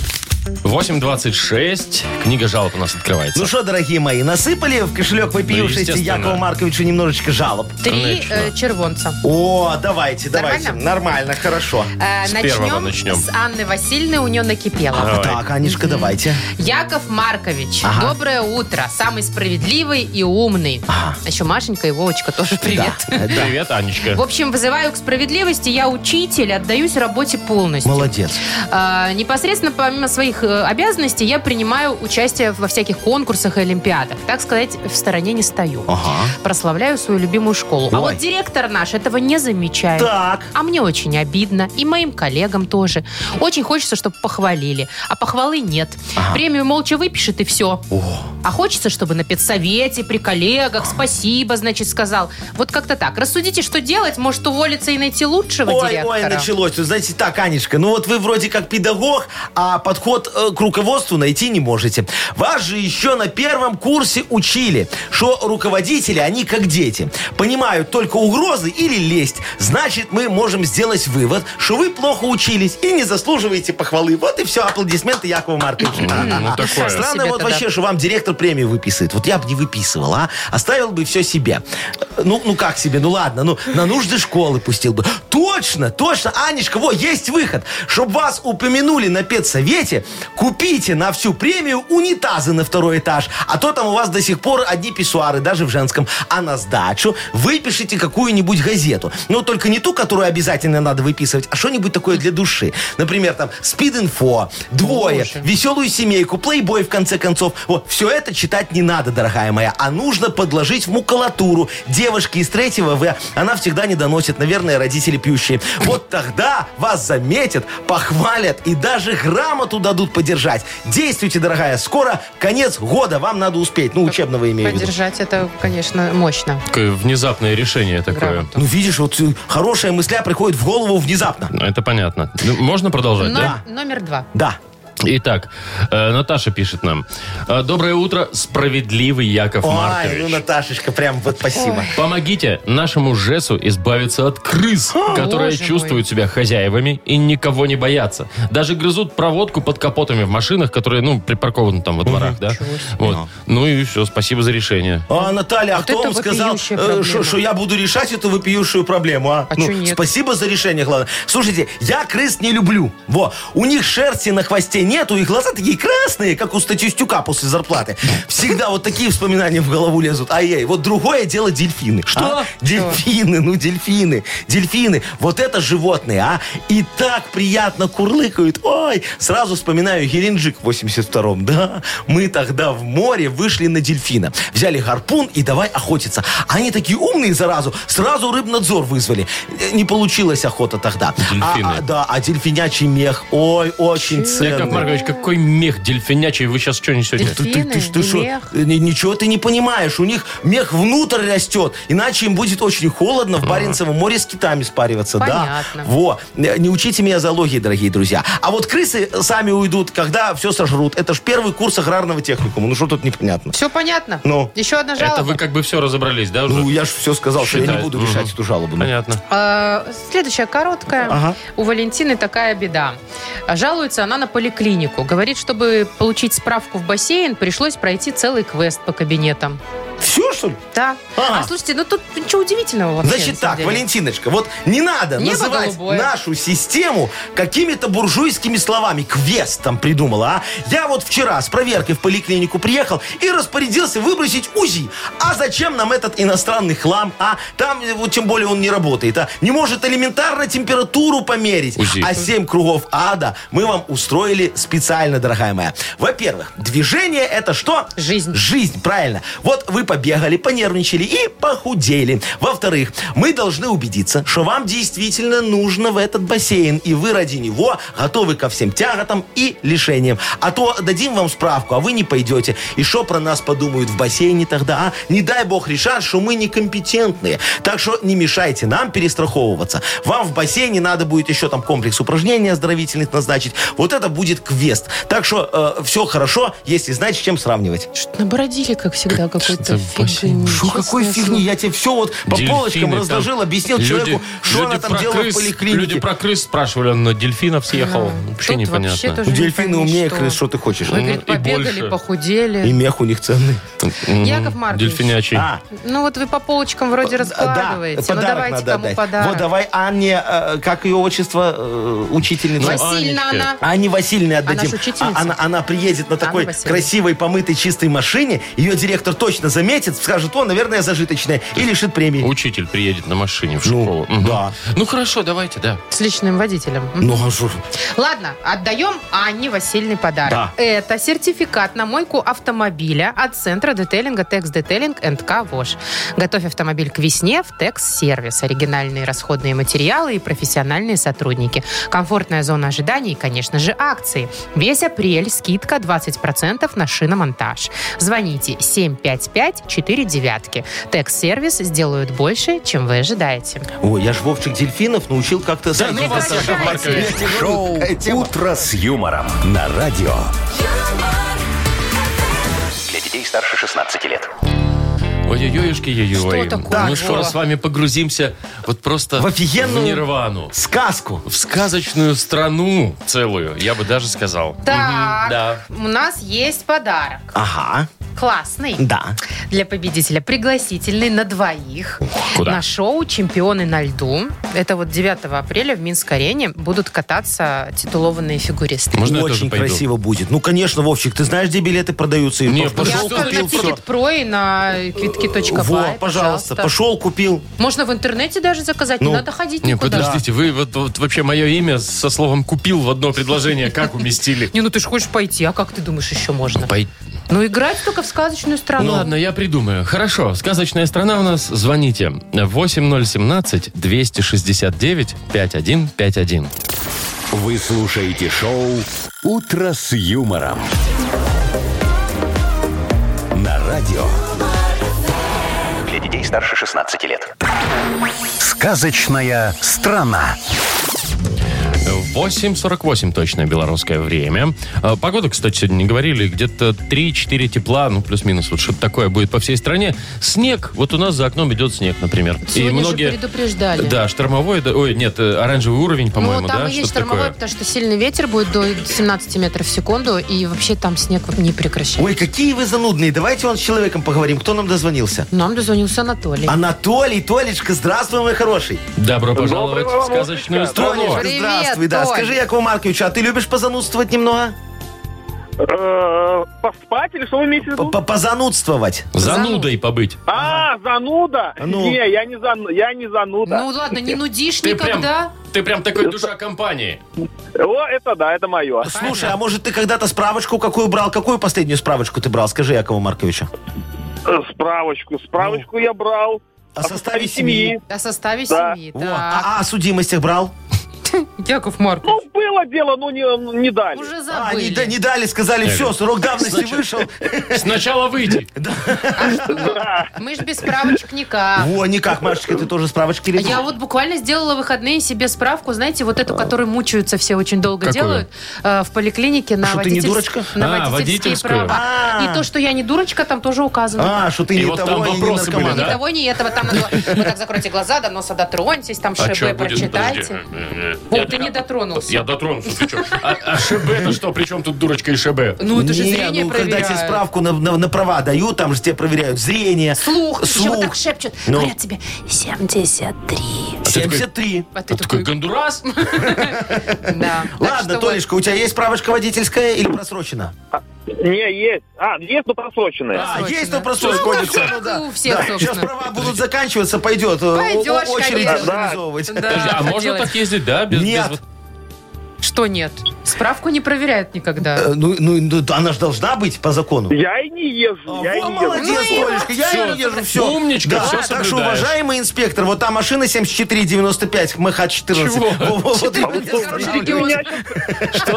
восемь двадцать шесть. Книга жалоб у нас открывается. Ну что, дорогие мои, насыпали в кошелек вопиюшести естественно. Якову Марковичу немножечко жалоб? Три Конечно. э, червонца. О, давайте, давайте. Нормально? Нормально, хорошо. Э, С первого начнем начнем. с Анны Васильевны, у нее накипело. Давай. Так, Анечка, давайте. Яков Маркович, Ага. доброе утро. Самый справедливый и умный. Ага. А еще Машенька и Вовочка тоже привет. Да, да. Привет, Анечка. В общем, вызываю к справедливости. Я учитель, отдаюсь работе полностью. Молодец. А, непосредственно помимо своих э, обязанностей я принимаю участие во всяких конкурсах и олимпиадах. Так сказать, в стороне не стою. Ага. Прославляю свою любимую школу. А Ой. вот директор наш этого не замечает. Так. А мне очень обидно. И моим коллегам тоже. Очень хочется, чтобы похвалили. А похвалы нет. Ага. Премию молча выпишет и все. О. А хочется, чтобы на педсовете, при коллегах, спасибо, значит, сказал. Вот как-то так. Рассудите, что делать. Может, уволиться и найти лучшего Ой, директора. ой, началось. Вы знаете, так, Анечка, ну вот вы вроде как педагог, а подход э, к руководству найти не можете. Вас же еще на первом курсе учили, что руководители, они как дети. Понимают только угрозы или лесть. Значит, мы можем сделать вывод, что вы плохо учились и не заслуживаете похвалы. Вот и все. Аплодисменты Якову Марковичу. Ну, такое. Странно Себе вот тогда. вообще, что вам директор премию выписывает. Вот я бы не выписывал, а? Оставил бы все себе. Ну, ну как себе? Ну ладно, ну на нужды школы пустил бы. Точно, точно, Анечка, вот есть выход. Чтобы вас упомянули на педсовете, купите на всю премию унитазы на второй этаж. А то там у вас до сих пор одни писсуары, даже в женском. А на сдачу выпишите какую-нибудь газету. Но только не ту, которую обязательно надо выписывать, а что-нибудь такое для души. Например, там Спид-инфо, Двое, Боже. Веселую семейку, Плейбой, в конце концов. Вот, все это читать не надо, дорогая моя, а нужно подложить в макулатуру. Девушки из третьего В, она всегда не доносит, наверное, родители пьющие. Вот тогда вас заметят, похвалят и даже грамоту дадут подержать. Действуйте, дорогая, скоро конец года, вам надо успеть. Ну, учебного имею в виду. Поддержать это, конечно, мощно. Такое внезапное решение такое. Грамоту. Ну, видишь, вот э, хорошая мысля приходит в голову внезапно. Ну, это понятно. Ну, можно продолжать, Но- да? Номер два. Да. Итак, э, Наташа пишет нам. Э, Доброе утро, справедливый Яков Ой, Маркович. ну, Наташечка, прям вот спасибо. Помогите нашему Жесу избавиться от крыс, которые боже чувствуют себя хозяевами и никого не боятся. Даже грызут проводку под капотами в машинах, которые, ну, припаркованы там во дворах, да? Вот. Ну и все, спасибо за решение. А, Наталья, а Вот кто это вам сказал, вопиющая э, проблема. что что я буду решать эту вопиющую проблему, а? А ну, чё нет? Спасибо за решение, главное. Слушайте, я крыс не люблю. Во, у них шерсти на хвосте нету, и глаза такие красные, как у статистюка после зарплаты. Всегда вот такие вспоминания в голову лезут. Ай-яй, вот другое дело дельфины. Что? А? Дельфины, ну дельфины. Дельфины, вот это животные, а? И так приятно курлыкают. Ой, сразу вспоминаю Геленджик в восемьдесят втором. Да, мы тогда в море вышли на дельфина. Взяли гарпун и давай охотиться. Они такие умные, заразу, сразу рыбнадзор вызвали. Э, Не получилась охота тогда. Дельфины. А, а, да, а дельфинячий мех, ой, очень ценный. Яков Маркович, какой мех дельфинячий, вы сейчас что несете? Дельфин. Ты, ты, ты и что? мех. Э, ни- Ничего ты не понимаешь. У них мех внутрь растет. Иначе им будет очень холодно в Баренцевом море с китами спариваться. Понятно. Да. Во. Э, Не учите меня зоологии, дорогие друзья. А вот крысы сами уйдут, когда все сожрут. Это ж первый курс аграрного техникума. Ну что тут непонятно? Все понятно? Ну. Еще одна жалоба. Это вы как бы все разобрались, да, уже? Ну, я же все сказал, что я Считай. не буду Мгм. решать эту жалобу. Ну. Понятно. А, Следующая короткая. Ага. У Валентины такая беда. Жалуется она на поликлинику. Говорит, чтобы получить справку в бассейн, пришлось пройти целый квест по кабинетам. Все, что ли? Да. Ага. А слушайте, ну тут ничего удивительного вообще. Значит на самом так, деле. Валентиночка, вот не надо Небо называть голубое. нашу систему какими-то буржуйскими словами. Квест там придумала, а? Я вот вчера с проверкой в поликлинику приехал и распорядился выбросить УЗИ. А зачем нам этот иностранный хлам, а? Там, э, вот тем более он не работает, а? Не может элементарно температуру померить. УЗИ. А семь кругов ада мы вам устроили специально, дорогая моя. Во-первых, движение это что? Жизнь. Жизнь, правильно. Вот вы побегали, понервничали и похудели. Во-вторых, мы должны убедиться, что вам действительно нужно в этот бассейн, и вы ради него готовы ко всем тяготам и лишениям. А то дадим вам справку, а вы не пойдете. И что про нас подумают в бассейне тогда, а? Не дай бог решат, что мы некомпетентные. Так что не мешайте нам перестраховываться. Вам в бассейне надо будет еще там комплекс упражнений оздоровительных назначить. Вот это будет квест. Так что э, все хорошо, если знать, с чем сравнивать. Что-то набородили, как всегда, какой-то Что-то фигня. фигни. Что какой честное фигни? Я тебе все вот по Дельфины полочкам там. разложил, объяснил Люди- человеку, что люди она там про делала в крыс- поликлинике. Люди про крыс спрашивали, он на дельфинов съехал. Да. Вообще Тут непонятно. вообще тоже Ну, не дельфины пойми, умнее что. крыс, что ты хочешь? Вы, говорит, и побегали, больше. похудели. И мех у них ценный. Мгм. Яков Маркович. Дельфинячий. А, Ну вот вы по полочкам вроде да, раскладываете. Ну подарок давайте надо кому отдать. подарок. Вот давай Анне, э, как ее отчество, э, учительница? Васильевна Анечка. она. Анне Васильевне отдадим. Она ж учительница. А- она, она приедет на такой Васильевна. красивой, помытой, чистой машине. Ее директор точно заметит, скажет, о, наверное, зажиточная. И лишит премии. Учитель приедет на машине в Ну, школу. Мгм. да. Ну хорошо, давайте, да. С личным водителем. Ну, а что? Ладно, отдаем Анне Васильевне подарок. Да. Это сертификат на мойку автомобиля от центра детейлинга Текс Детейлинг энд К ВОЖ. Готовь автомобиль к весне в Текс Сервис. Оригинальные расходные материалы и профессиональные сотрудники. Комфортная зона ожидания и, конечно же, акции. Весь апрель скидка двадцать процентов на шиномонтаж. Звоните семь пять пять четыре девятки. Текс Сервис сделают больше, чем вы ожидаете. Ой, я ж Вовчик Дельфинов научил как-то... Да ну вас, прекращайте. Яков Маркович. Шоу «Утро с юмором» на радио. Для детей старше шестнадцати лет. Ой-ой-ой, ой. Что такое, Ну что, Вова? с вами погрузимся вот просто В офигенную- в нирвану. Сказку. В сказочную страну целую, я бы даже сказал. Так, Мгм, да. у нас есть подарок. Ага, Классный. да. Для победителя пригласительный на двоих Куда? на шоу «Чемпионы на льду». Это вот девятого апреля в Минск-арене будут кататься титулованные фигуристы. Можно я тоже Очень пойду? красиво будет. Ну, конечно, Вовчик, ты знаешь, где билеты продаются? И Не, то, Я пошел, что оставлю на купил, все. Тикет.Про и на квитки точка Во, бай, пожалуйста, пошел, купил. Можно в интернете даже заказать, Ну. не надо ходить Не, никуда. подождите, вы вот, вот вообще мое имя со словом «купил» в одно предложение как уместили? Не, ну ты же хочешь пойти, а как ты думаешь, еще можно? Пой- Ну, играть только в сказочную страну. Ну ладно, я придумаю. Хорошо, сказочная страна у нас. Звоните. восемь ноль семнадцать двести шестьдесят девять пятьдесят один пятьдесят один. Вы слушаете шоу «Утро с юмором» на радио. Для детей старше шестнадцати лет. Сказочная страна. восемь сорок восемь точное белорусское время. А, Погода, кстати, сегодня не говорили. Где-то три-четыре тепла, ну, плюс-минус. Вот что-то такое будет по всей стране. Снег. Вот у нас за окном идет снег, например. Сегодня же предупреждали. Да, штормовой, да, ой, нет, э, оранжевый уровень, по-моему, ну, там да? и есть Что-то штормовой, такое. потому что сильный ветер будет до семнадцати метров в секунду, и вообще там снег не прекращается. Ой, какие вы занудные. Давайте он с человеком поговорим. Кто нам дозвонился? Нам дозвонился Анатолий. Анатолий, Толечка, здравствуй, мой хороший. Добро пожаловать в сказочную страну. Толечка, Привет, здравствуй. Да, Толь. скажи, Якову Марковичу, а ты любишь позанудствовать немного? Э, Поспать или что вы имеете в виду? П- Позанудствовать. Занудой побыть. А, зануда? Ну. Не, я не, зан... я не зануда. Ну ладно, не нудишь Ты прям, никогда. ты прям такой душа компании. О, это да, это мое. Слушай, а может ты когда-то справочку какую брал? Какую последнюю справочку ты брал? Скажи Якову Марковичу. Э, Справочку. Справочку я брал. О составе семьи. О составе Да. семьи. Во. Так. А, а о судимостях брал? Яков Маркович, Ну, было дело, но не, не дали. уже А, не, забыли. да- не дали, сказали, все, срок давности вышел. Сначала выйди. Да. Мы ж без справочек никак. Во, никак, Машечка, ты тоже справочки А любишь? Я вот буквально сделала выходные себе справку, знаете, вот эту, которую мучаются все очень долго Какую? делают, э, в поликлинике на, Что, ты не водительс- дурочка? на А, водительские водительскую. права. А. И то, что я не дурочка, там тоже указано. А, что ты И не вот там того, и не вопросы были, наркоман. Ни да? того, ни этого. Там надо вот так закройте глаза, до носа дотроньтесь, там А что ШБ будет? прочитайте. Подожди. О, Я- ты не дотронулся. Я дотронулся, ты что? А, а ШБ-то что? При чем тут дурочка и ШБ? Ну, это же Не, зрение ну, когда тебе проверяют. справку на, на- на права дают, там же тебе проверяют зрение. Слух, еще вот слух. так шепчут. Ну. Говорят тебе семьдесят три. семьдесят три. А ты А такой такой, Гондурас? да. Так Ладно, что вот. Толечка, у тебя есть справочка водительская или просрочена? Не, есть. А, есть, но просроченные. А, Просрочена. есть, но просрочена. Ну, Всё, как ну да. у всех, Да, собственно. Сейчас права будут заканчиваться, пойдет. э, Пойдешь, о- очередь конечно. организовывать. Да. Подожди, а можно делать. так ездить, да? Без, Нет. без вот- Что нет? Справку не проверяют никогда. Э, Ну, ну, ну, она же должна быть по закону. Я и не езжу, я и Во, не езжу. молодец, Ну и Толечка, я всё. и езжу, все. Умничка, да, всё так что, соблюдаешь. уважаемый инспектор, вот та машина семьдесят четыре девяносто пять, МХ четырнадцать. Чего? Во, во, вот А именно вы, для что, хороший справки. регион. меня щас- Что?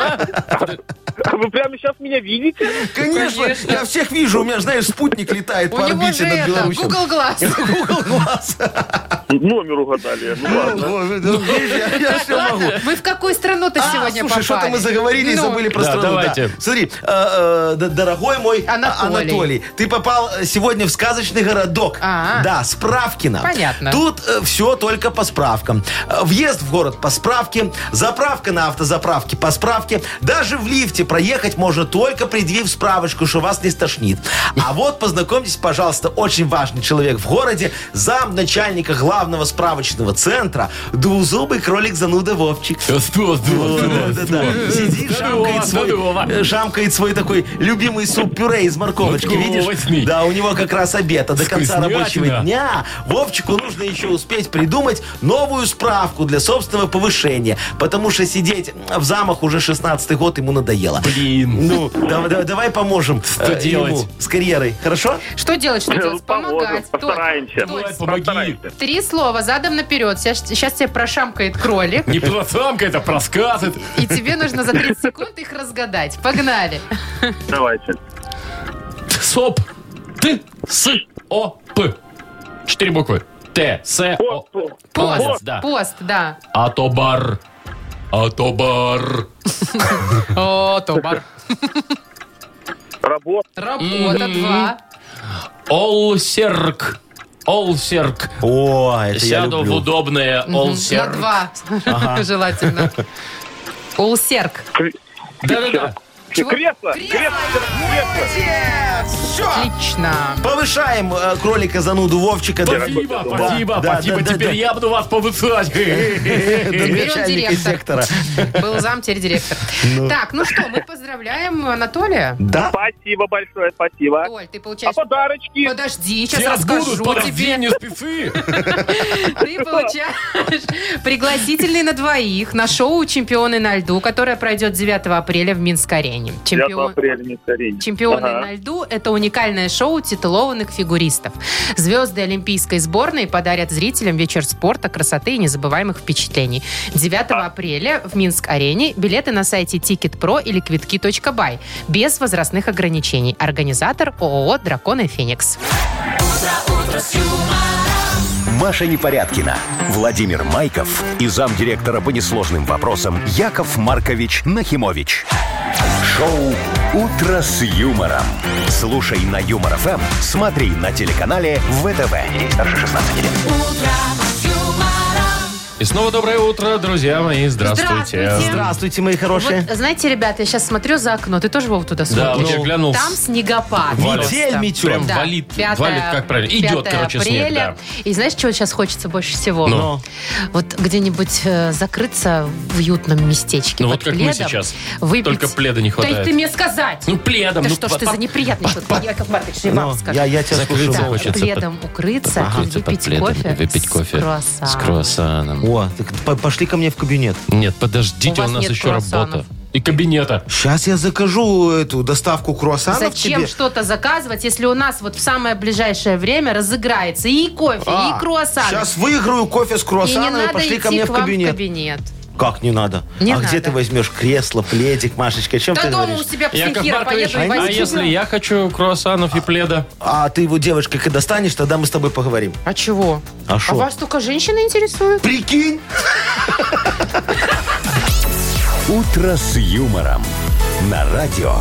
а вы прямо сейчас меня видите? Конечно, Конечно. я всех вижу, у меня, знаешь, спутник летает У по него орбите же над это, Беларусью. Google Glass. Google Glass. Номер угадали. Ну, ладно. Ну, ну, видишь, я, я все могу. Мы в какую страну-то А, сегодня слушай, что-то попали? мы заговорили и Ну. забыли про Да, страну. давайте. Смотри, э, э, д- дорогой мой Анатолий. Анатолий, ты попал сегодня в сказочный городок. А. Да, Справкино. Понятно. Тут все только по справкам. Э, Въезд в город по справке, заправка на автозаправке по справке. Даже в лифте проехать можно только предъявив справочку, что вас не стошнит. А вот познакомьтесь, пожалуйста, очень важный человек в городе, зам начальника главного справочного центра, двузубый кролик-зануда Вовчик. Что, что, Да-да-да. Сидит, шамкает свой, э, шамкает свой такой любимый суп-пюре из морковочки, видишь? Вкусный. Да, у него как раз обед, а до конца Вкуснятина. рабочего дня Вовчику нужно еще успеть придумать новую справку для собственного повышения, потому что сидеть в замах уже шестнадцатый год ему надоело. Блин. Ну, да- да- давай поможем Что э, делать? ему с карьерой, хорошо? Что делать, что делать? Поможем, Помогать. постараемся. Толь, Давай, Толь, помоги. Постараемся. Три слова задом наперед. Сейчас, сейчас тебе прошамкает кролик. Не самка, это просказ. И тебе нужно за тридцать секунд их разгадать. Погнали. Давайте. Соп. Т. С. О. П. Четыре буквы. Т. С. О. Пост. Молодец, Пост, да. пост, да. Атобар. Атобар. О, тобар. Работа. Работа, два. Олсерк. Олсерк. О, это я Сяду в люблю. удобное На Олсерк. два. Желательно. Улсерк. Да-да-да. Чего? Кресло. Кресло. Кресло. Все. Отлично. Повышаем э, кролика-зануду Вовчика. до- Спасибо, Да, спасибо, да, спасибо. да, да, Теперь да. я буду вас повышать. до Теперь он начальника директор. сектора. Был зам, теперь директор. Так, ну что, мы поздравляем Анатолия. Да? Спасибо большое, спасибо. Оль, ты А получаешь... подарочки? Подожди, сейчас Сейчас расскажу будут, подожди, тебе. не спецы. Ты получаешь пригласительный на двоих на шоу «Чемпионы на льду», которое пройдет девятого апреля в Минск-арене. девятого Чемпион... апреля не старение. Чемпионы Ага. на льду – это уникальное шоу титулованных фигуристов. Звезды олимпийской сборной подарят зрителям вечер спорта, красоты и незабываемых впечатлений. девятого апреля в Минск-арене. Билеты на сайте Ticket.pro или квитки точка бай. Без возрастных ограничений. Организатор ООО «Дракон и Феникс». Маша Непорядкина, Владимир Майков и замдиректора по несложным вопросам Яков Маркович Нахимович. Шоу «Утро с юмором». Слушай на Юмор ФМ, смотри на телеканале ВТВ. Ей старше шестнадцати лет. И снова доброе утро, друзья мои. Здравствуйте. Здравствуйте. Здравствуйте, мои хорошие. Вот, знаете, ребята, я сейчас смотрю за окно. Ты тоже, Вова, туда смотришь? Да, вот я глянул. Там снегопад. Метель просто. метет. Прям Да, валит, пятое- валит, как правильно. Идет, пятое короче, снег, апреля. И знаешь, чего сейчас хочется больше всего? Ну. Вот где-нибудь э, закрыться в уютном местечке Ну, под вот как мы пледом, сейчас. выпить. Только пледа не Да хватает. и ты мне сказать. Ну, пледом. Да ну, что ж по- ты по- за неприятный человек, Яков Маркович, я Ну, вам скажу. я, я тебя Закрыться слушаю. Да, хочется пледом укрыться и Укрыться под выпить пледом, кофе, выпить кофе с круассаном. с круассаном. О, так по- пошли ко мне в кабинет. Нет, подождите, У у, вас нас нет еще круассанов. работа. И кабинета. Сейчас я закажу эту доставку круассанов Зачем тебе. что-то заказывать, если у нас вот в самое ближайшее время разыграется и кофе, А, и круассан. Сейчас выиграю кофе с И не круассаном и, надо пошли идти ко мне к в вам кабинет. в кабинет. Как не надо? Не а надо. где ты возьмешь кресло, пледик, Машечка? О чем Да ты дома говоришь? у себя Яков психира Маркович, поеду и а возьму. если я хочу круассанов и пледа? А ты его, девочка, когда станешь, тогда мы с тобой поговорим. А чего? А шо? вас только женщины интересуют? Прикинь! «Утро с юмором» на радио.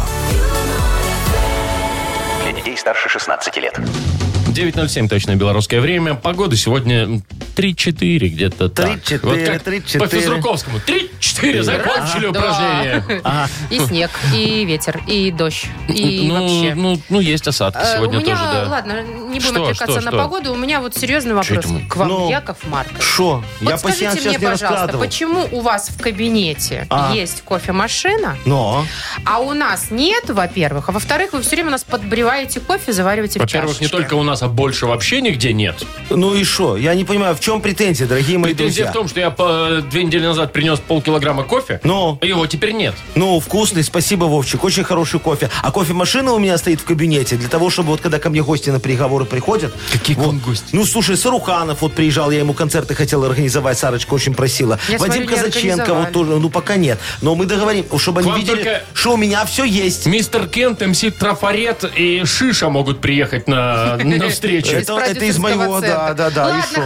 Для детей старше шестнадцати лет. девять ноль семь точное белорусское время. Погода сегодня три-четыре где-то так. три-четыре, как три-четыре. по физруковскому. три-четыре закончили Два. упражнение. И снег, и ветер, и дождь, и ну, вообще. ну, ну, есть осадки Э, сегодня у меня, тоже, да. ладно, не будем Что, отвлекаться что, на что? погоду. У меня вот серьезный вопрос это мы? к вам, Ну, Яков Маркович. Шо? Вот Я скажите пассианс мне, сейчас не пожалуйста, раскладывал. почему у вас в кабинете А. есть кофемашина, Но. а у нас нет, во-первых, а во-вторых, вы все время нас подбриваете кофе, завариваете в Во-первых, не чашечке. только у нас, а больше вообще нигде нет. Ну и шо? Я не понимаю, в чем претензия, дорогие мои Претензия друзья? в том, что я по, две недели назад принес полкилограмма кофе, Ну? а его теперь нет. Ну, вкусный, спасибо, Вовчик, очень хороший кофе. А кофемашина у меня стоит в кабинете для того, чтобы вот когда ко мне гости на переговоры приходят... Какие к вот, вам гости? Ну, слушай, Саруханов вот приезжал, я ему концерты хотел организовать, Сарочка очень просила. Я Вадим смотрю, не Казаченко вот организовали. тоже, ну, пока нет. Но мы договорим, чтобы К они вам видели, только- что у меня все есть. Мистер Кент, МС Трафарет и Шиша могут приехать на, на встречу. Это- это из моего, продюсерского да, центра. да, да, и Ладно, шо? хорошо,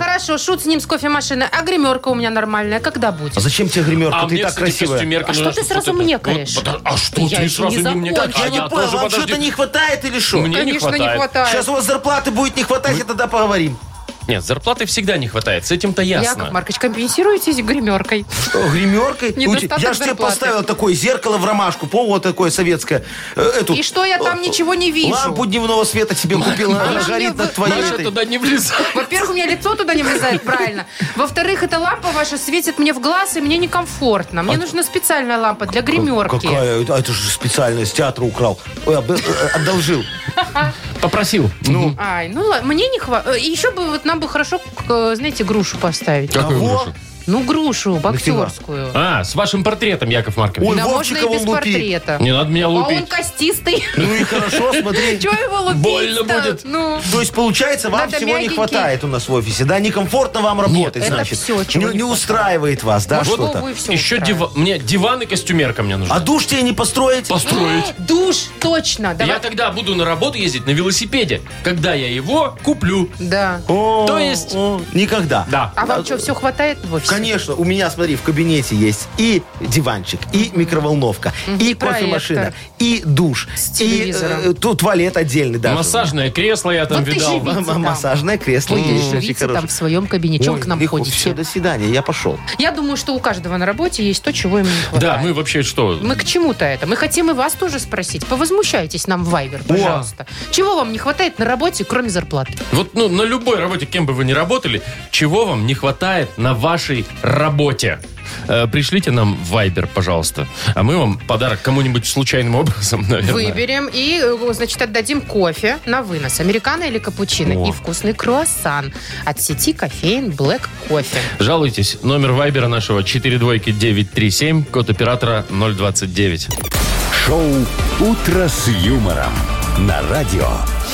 шут с ним с кофемашиной, а гримерка у меня нормальная. Когда будет? А зачем тебе гримерка? А Ты мне, так кстати, красивая. костюмерка А что нужна, ты чтобы сразу вот это- мнекаешь? Вот, подо- а что Я ты еще сразу не не мнекаешь? закончила. Я не А понял, тоже, вам подожди. что-то не хватает или что? Мне не Конечно, не хватает. хватает. Сейчас у вас зарплаты будет не хватать, и тогда поговорим. Нет, зарплаты всегда не хватает, с этим-то ясно. Яков Маркович, компенсируйтесь гримеркой. Что, гримеркой? Недостаток Я же тебе зарплаты. поставил такое зеркало в ромашку, по вот такое советское. Э, Эту, И что я там ничего не вижу? лампу дневного света тебе купил, она Маша, горит мне над в- твоей Маша этой. туда не влезает. Во-первых, у меня лицо туда не влезает, правильно. Во-вторых, эта лампа ваша светит мне в глаз, и мне некомфортно. Мне нужна специальная лампа для гримерки. Какая? Это это же специально с театра украл. Ой, об- э, одолжил. Попросил. Ну, Ай, ну ладно, мне не хватает. Еще бы, вот нам бы хорошо, к- знаете, грушу поставить. какую Кого? грушу? Ну, грушу, боксерскую. А, с вашим портретом, Яков Маркович. Ой, Да Вовчика можно и без вон лупи. портрета. Не надо меня А он лупить. костистый. Ну и хорошо, смотри. Чего его лупить? Больно будет. Ну, То есть, получается, вам Надо всего не мягенький. хватает у нас в офисе, да? Некомфортно вам работать, это значит. всё, чего не, не не хватает. устраивает вас, да, может, что-то? Вову и все Еще устраивает. дива- мне диван и костюмерка мне нужна. А душ тебе не построить? Построить. Душ, точно. Давай. Я тогда буду на работу ездить на велосипеде, когда я его куплю. Да. О, То есть- о, никогда. Да. А вам что, все хватает в офисе? Конечно, у меня, смотри, в кабинете есть и диванчик, и микроволновка, и И кофемашина, проектор. и душ, С и телевизором. э, тут туалет отдельный даже. Массажное кресло я там Вот ты видал. живи. М- там. Массажное кресло. Вы есть, очень живите там хорошее. в своем кабинете. Чего Ой, к нам легко. ходите? Все, до свидания, я пошел. Я думаю, что у каждого на работе есть то, чего им не хватает. Да, мы вообще что? Мы к чему-то это? Мы хотим и вас тоже спросить. Повозмущайтесь нам в Вайбер, пожалуйста. Чего вам не хватает на работе, кроме зарплаты? Вот ну, на любой работе, кем бы вы ни работали, чего вам не хватает на вашей работе? Э, пришлите нам в Viber, пожалуйста. А мы вам подарок кому-нибудь случайным образом, наверное. Выберем и, э, значит, отдадим кофе на вынос. Американо или капучино. О. И вкусный круассан от сети кофеин Black Кофе. Жалуйтесь. Номер Вайбера нашего четыре двойки девять три семь, код оператора ноль двадцать девять. Шоу «Утро с юмором» на радио.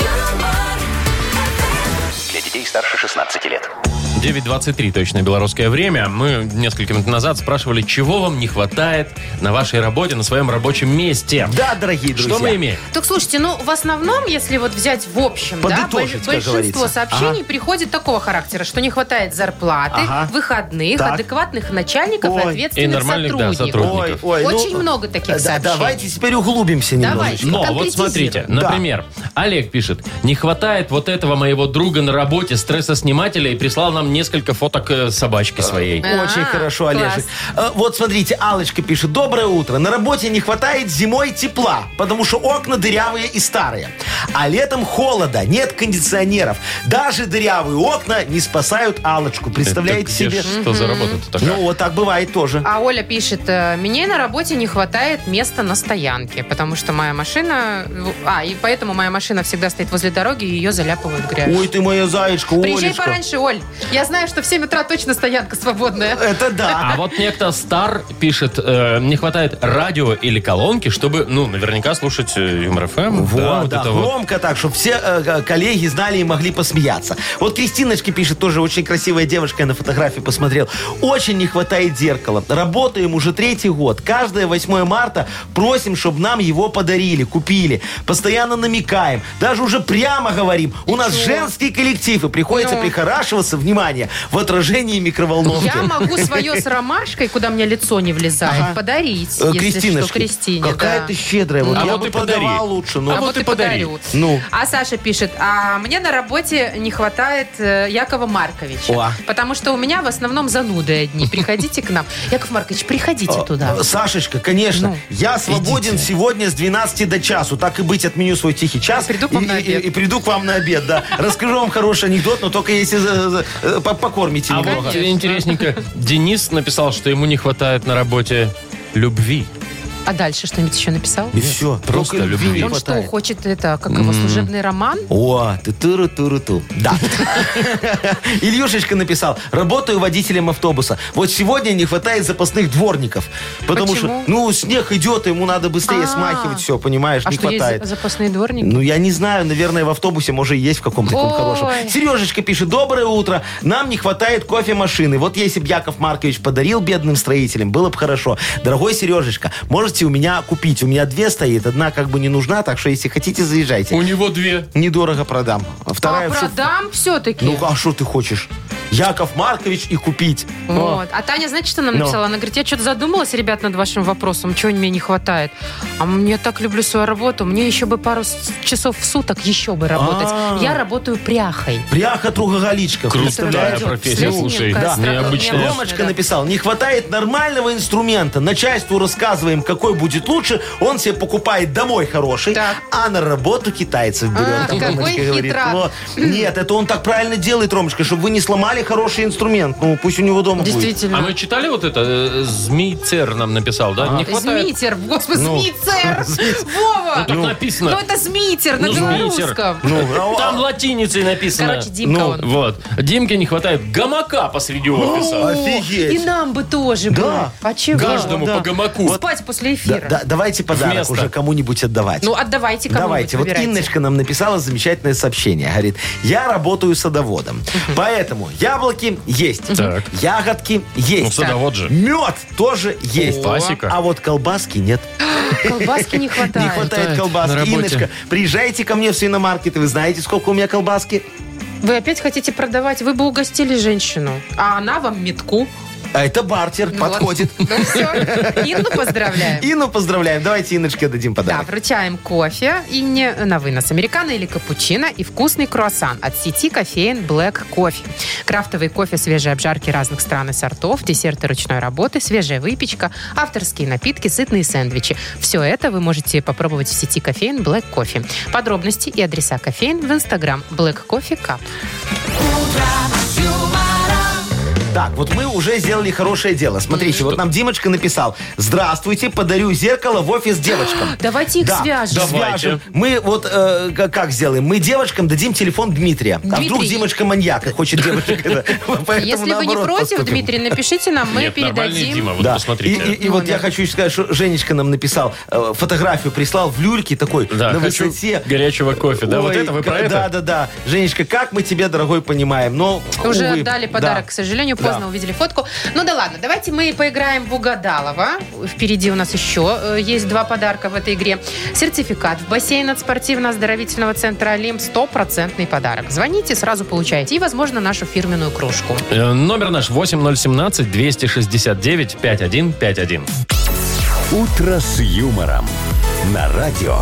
Для детей старше шестнадцати лет. девять двадцать три точное белорусское время. Мы несколько минут назад спрашивали, чего вам не хватает на вашей работе, на своем рабочем месте. Да, дорогие друзья. Что мы имеем? Так, слушайте, ну, в основном, если вот взять в общем, да, Подытожить, боль- как большинство говорится. сообщений Ага. приходит такого характера, что не хватает зарплаты, Ага. выходных, Так. адекватных начальников и Ой. ответственных И нормальных, да, сотрудников. сотрудников. Ой, ой, Очень ну, много таких да, сообщений. Давайте теперь углубимся Давайте. немножечко. Но вот Конкретизируй. смотрите, Да. например, Олег пишет, не хватает вот этого моего друга на работе, стрессоснимателя, и прислал нам несколько фоток э, собачки своей. А, Очень хорошо, класс. Олежек. Э, Вот смотрите, Аллочка пишет. Доброе утро. На работе не хватает зимой тепла, потому что окна дырявые и старые. А летом холода, нет кондиционеров. Даже дырявые окна не спасают Аллочку. Представляете Это где себе? Что за работа-то такая? Ну, вот так бывает тоже. А Оля пишет, э, мне на работе не хватает места на стоянке, потому что моя машина... А, и поэтому моя машина всегда стоит возле дороги, и ее заляпывают грязь. Ой, ты моя зайчка, Приезжай Олечка. пораньше, Оль. Я знаю, что в семь утра точно стоянка свободная. Это да. А вот некто Стар пишет, э, не хватает радио или колонки, чтобы, ну, наверняка слушать э, Юмор ФМ. Вот, да, вот да, это вот. громко так, чтобы все э, коллеги знали и могли посмеяться. Вот Кристиночка пишет, тоже очень красивая девушка, я на фотографии посмотрел. Очень не хватает зеркала. Работаем уже третий год. Каждое восьмое марта просим, чтобы нам его подарили, купили. Постоянно намекаем. Даже уже прямо говорим. У нас женский коллектив, и приходится Ну. прихорашиваться, внимание, в отражении микроволновки. Я могу свое с ромашкой, куда мне лицо не влезает, Ага. подарить, Э, если что, Кристиночке, Кристине. какая да. ты щедрая. Вот А я вот бы и подари. продавал лучше. Ну. А, А вот вот и и подари. подарю. Ну. А Саша пишет, а мне на работе не хватает э, Якова Марковича. О. Потому что у меня в основном зануды одни. Приходите к нам. Яков Маркович, приходите туда. Э, Сашечка, конечно, Ну, я свободен идите. сегодня с двенадцати до часу. Так и быть, отменю свой тихий час. И приду к вам и, на и- обед. и приду к вам на обед, да. Расскажу вам хороший анекдот, но только если за- за- э, по- покормите А немного. вот Конечно. интересненько, Денис написал, что ему не хватает на работе любви. А дальше что-нибудь еще написал? И все, просто только любви любви. не Он хватает. что, хочет это, как его, служебный роман? О, ты туру туру ту. Да. Ильюшечка написал, работаю водителем автобуса. Вот сегодня не хватает запасных дворников. Потому Почему? что, ну, снег идет, ему надо быстрее А. смахивать все, понимаешь, А не что, хватает. есть запасные дворники? Ну, я не знаю, наверное, в автобусе, может, и есть в каком-то таком Ой. хорошем. Сережечка пишет, доброе утро, нам не хватает кофемашины. Вот если бы Яков Маркович подарил бедным строителям, было бы хорошо. Дорогой Сережечка, можете у меня купить. У меня две стоит, одна как бы не нужна, так что если хотите, заезжайте. У него две. Недорого продам. А А вторая... в шуф- продам все-таки. Ну, а что ты хочешь? Яков Маркович и купить. Вот. А Таня, знаете, что нам Ну. написала? Она говорит, я что-то задумалась, ребят, над вашим вопросом, чего мне не хватает. А мне так люблю свою работу, мне еще бы пару с- часов в суток еще бы работать. А. Я работаю пряхой. Пряха-тругаличка. Крутая Представляешь? профессия, слушай, Да. необычная. Ромочка написал, не хватает нормального инструмента. Начальству рассказываем, какой будет лучше. Он себе покупает домой хороший, Так. а на работу китайцев берет. А, Как какой Ромочка говорит. хитрак. Вот. Нет, это он так правильно делает, Ромочка, чтобы вы не сломали хороший инструмент. Ну, пусть у него дома будет. Действительно. А мы читали вот это? э, Змейцер нам написал, да? Не хватает? Змитер, господи, Ну. Змитер! Вова! Так написано. Ну это Змитер на Ну, Змитер. белорусском. Ну, а- Там латиницей написано. Короче, Димка Ну, он. Вот. Димке не хватает гамака посреди офиса. Офигеть. И нам бы тоже Да. было. А чего? Каждому да. по гамаку. Спать после Да- эфира. да- давайте подарок Вместо. уже кому-нибудь отдавать. Ну, отдавайте кому-нибудь, Давайте. Вот выбирайте. Инночка нам написала замечательное сообщение. Говорит, я работаю садоводом. Поэтому яблоки есть. Так. Ягодки Ну, есть. садовод же. Мед тоже есть. Пасека. А вот колбаски нет. Колбаски не хватает. Не хватает хватает колбаски. на работе. Инночка, приезжайте ко мне в свиномаркет, и вы знаете, сколько у меня колбаски? Вы опять хотите продавать? Вы бы угостили женщину, а она вам метку. А это бартер, Ну подходит. вот. Ну все, Инну поздравляем. Инну поздравляем. Давайте Инночке дадим Да, подарок. вручаем кофе Инне на вынос. Американо или капучино и вкусный круассан от сети кофеин Black Coffee. Крафтовый кофе, свежие обжарки разных стран и сортов, десерты ручной работы, свежая выпечка, авторские напитки, сытные сэндвичи. Все это вы можете попробовать в сети кофеин Black Coffee. Подробности и адреса кофеин в Instagram Black Coffee Cup. Так, вот мы уже сделали хорошее дело. Смотрите, вот нам Димочка написал. Здравствуйте, подарю зеркало в офис девочкам. Давайте их Да, свяжем. Давайте. свяжем. Мы вот э, как как сделаем? Мы девочкам дадим телефон Дмитрия. А Дмитрий. вдруг Димочка маньяк и хочет девочек это. Поэтому Если вы не наоборот против, поступим. Дмитрий, напишите нам, мы Нет, нормальный передадим. Дима, вот Да. И, посмотрите. и- и вот Номер. я хочу сказать, что Женечка нам написал, э, фотографию прислал в люльке такой, Да, на хочу высоте. горячего кофе. Да, вот Ой, это вы про к- это? Да, да, да. Женечка, как мы тебя, дорогой, понимаем. Но, Уже увы, отдали подарок, да. к сожалению, поздно Да. увидели фотку. Ну да ладно, давайте мы поиграем в Угадалово. Впереди у нас еще э, есть два подарка в этой игре. Сертификат в бассейн от спортивно-оздоровительного центра «Олимп». Стопроцентный подарок. Звоните, сразу получаете. И, возможно, нашу фирменную кружку. Э, Номер наш восемь ноль семнадцать двести шестьдесят девять пятьдесят один пятьдесят один. «Утро с юмором» на радио.